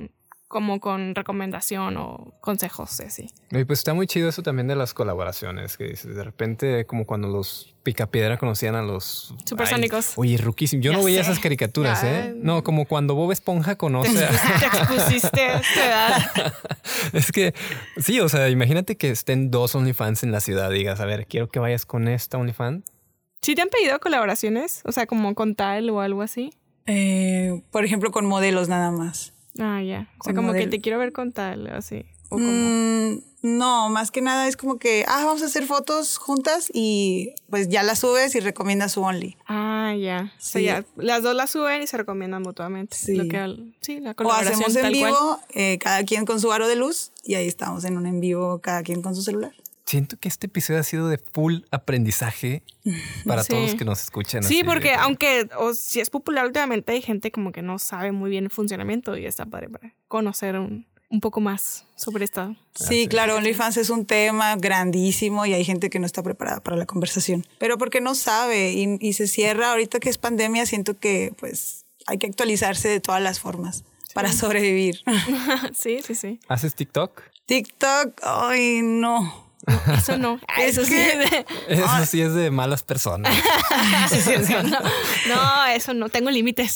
recomendación o consejos, así.
Y pues está muy chido eso también de las colaboraciones que dices. De repente, como cuando los Picapiedra conocían a los
Supersónicos.
Oye, ruquísimo. Yo no veía esas caricaturas, ¿eh? No, como cuando Bob Esponja conoce
Te expusiste a tu edad.
Es que, sí, o sea, imagínate que estén 2 OnlyFans en la ciudad. Digas, a ver, quiero que vayas con esta OnlyFans.
¿Sí te han pedido colaboraciones? O sea, como con tal o algo así.
Por ejemplo, con modelos nada más.
Ah, ya. O sea, como que te quiero ver con tal, así. ¿O
no, más que nada es como que, vamos a hacer fotos juntas y pues ya las subes y recomiendas su Only.
Ah, ya. Sí. O sea, ya las dos las suben y se recomiendan mutuamente.
Sí.
La colaboración.
O hacemos en vivo, cada quien con su aro de luz y ahí estamos en un en vivo, cada quien con su celular.
Siento que este episodio ha sido de full aprendizaje para todos los que nos escuchan.
Sí, porque aunque si es popular últimamente, hay gente como que no sabe muy bien el funcionamiento y está padre para conocer un poco más sobre esto.
Sí, claro, OnlyFans es un tema grandísimo y hay gente que no está preparada para la conversación. Pero porque no sabe y se cierra, ahorita que es pandemia, siento que pues hay que actualizarse de todas las formas para sobrevivir.
Sí.
¿Haces TikTok?
TikTok, ay, no.
Eso no. Eso
sí es de malas personas.
No, eso no. Tengo límites.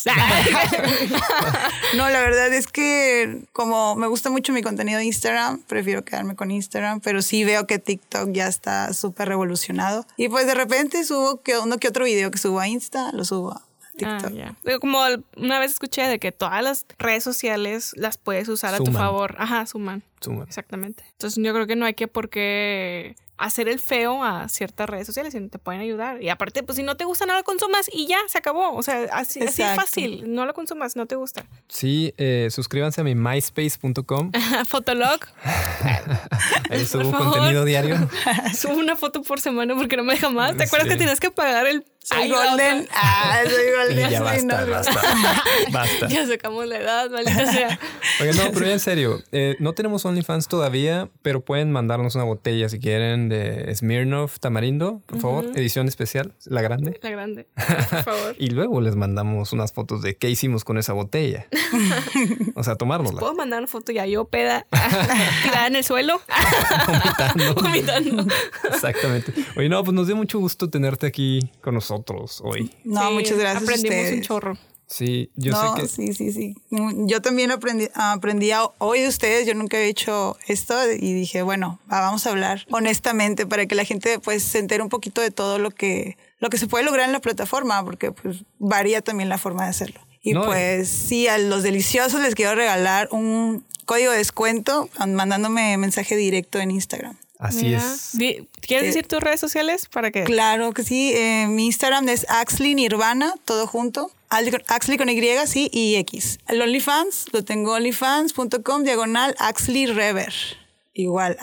No, la verdad es que como me gusta mucho mi contenido de Instagram, prefiero quedarme con Instagram, pero sí veo que TikTok ya está súper revolucionado. Y pues de repente subo uno que otro video que subo a Insta, lo subo a TikTok.
Como una vez escuché de que todas las redes sociales las puedes usar a tu favor. Ajá, suman. Exactamente. Entonces yo creo que no hay por qué hacer el feo a ciertas redes sociales, sino te pueden ayudar. Y aparte, pues si no te gusta, no lo consumas y ya, se acabó. O sea, así es fácil. No lo consumas, no te gusta.
Sí, suscríbanse a mi myspace.com.
Fotolog.
Ahí subo contenido diario.
Subo una foto por semana porque no me deja más. ¿Te acuerdas que tenías que pagar el...
Soy golden. Soy golden.
Y ya basta.
Ya sacamos la edad, maldita sea.
Oye, no, pero ya en serio, no tenemos OnlyFans todavía, pero pueden mandarnos una botella si quieren de Smirnoff Tamarindo, por favor. Edición especial, la grande.
La grande, por favor.
Y luego les mandamos unas fotos de qué hicimos con esa botella. O sea, tomárnosla.
¿Puedo mandar una foto ya yo peda tirada en el suelo? Vomitando.
Exactamente. Oye, no, pues nos dio mucho gusto tenerte aquí con nosotros hoy.
No, muchas gracias.
Aprendimos un chorro.
Sí, yo sé que...
Sí. Yo también aprendí hoy de ustedes. Yo nunca había hecho esto y dije, bueno, vamos a hablar honestamente para que la gente pues se entere un poquito de todo lo que se puede lograr en la plataforma, porque pues varía también la forma de hacerlo. Y pues sí, a los deliciosos les quiero regalar un código de descuento mandándome mensaje directo en Instagram.
Así es.
¿Quieres decir tus redes sociales para que?
Claro que sí. Mi Instagram es Axly Nirvana, todo junto. Axly con Y, sí, y X. El OnlyFans lo tengo onlyfans.com/AxlyRever. Igual,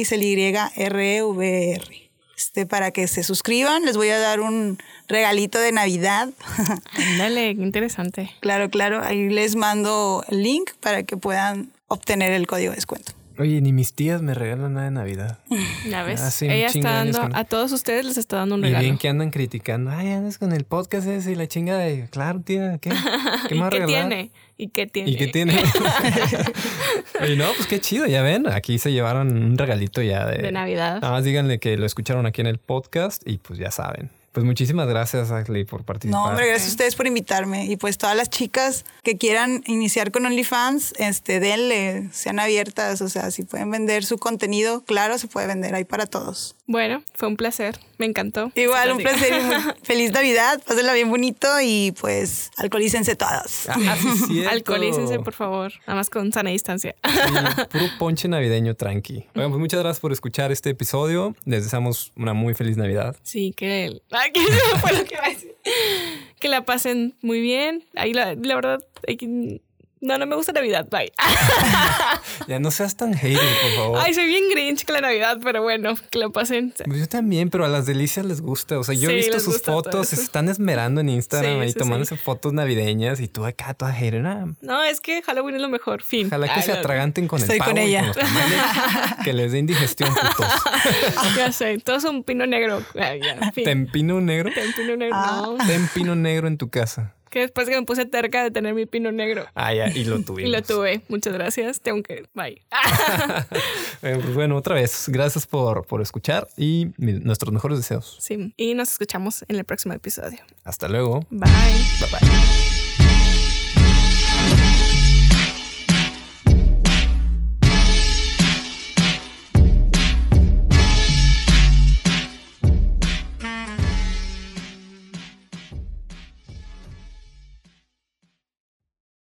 AXLYREVR. Para que se suscriban, les voy a dar un regalito de Navidad.
Ándale, qué interesante.
Claro. Ahí les mando el link para que puedan obtener el código de descuento.
Oye, ni mis tías me regalan nada de Navidad.
Ya ves,
Hace un
ella
chingo
está
de años
dando,
que no.
a todos ustedes les está dando un
Y
regalo.
bien que andan criticando. Ay, andas con el podcast ese y la chinga de... Claro, tía, ¿qué? ¿Qué
¿Y
más
qué
regalar?
tiene? ¿Y qué tiene?
¿Y qué tiene? Y no, pues qué chido, ya ven. Aquí se llevaron un regalito ya
De Navidad.
Nada más díganle que lo escucharon aquí en el podcast y pues ya saben. Pues muchísimas gracias, Ashley, por participar.
No, hombre, gracias a ustedes por invitarme. Y pues todas las chicas que quieran iniciar con OnlyFans, denle, sean abiertas. O sea, si pueden vender su contenido, claro, se puede vender, hay para todos.
Bueno, fue un placer. Me encantó.
Igual, un placer. Feliz Navidad, pásenla bien bonito y pues alcoholícense todos.
Ah, sí, es cierto.
Alcoholícense, por favor. Nada más con sana distancia.
Sí, puro ponche navideño tranqui. Bueno, pues muchas gracias por escuchar este episodio. Les deseamos una muy feliz Navidad.
Sí, que... Ay, que no fue lo que iba a decir. Que la pasen muy bien. Ahí la verdad... No me gusta Navidad. Bye.
Ya no seas tan hater, por favor.
Ay, soy bien grinch con la Navidad, pero bueno, que la pasen.
Pues yo también, pero a las delicias les gusta. O sea, yo he
Sí,
visto
les
sus
gusta todo
fotos, se
eso.
están esmerando en Instagram
Sí,
ahí
sí,
tomándose fotos navideñas y tú acá toda hater.
No, es que Halloween es lo mejor. Fin.
Ojalá que
Ay,
se
no.
atraganten con
Estoy
el pavo
con
y
ella.
con los tamales, que les dé indigestión, putos.
Ya sé, todo es un pino negro. Ay, ya, fin.
¿Tempino negro?
Pino negro. No.
Ten pino negro en tu casa.
Que después que me puse terca de tener mi pino negro.
Ah, ya, y lo tuvimos.
Y lo tuve. Muchas gracias. Tengo que... Bye.
Pues bueno, otra vez, gracias por escuchar y nuestros mejores deseos.
Sí. Y nos escuchamos en el próximo episodio.
Hasta luego.
Bye.
Bye bye.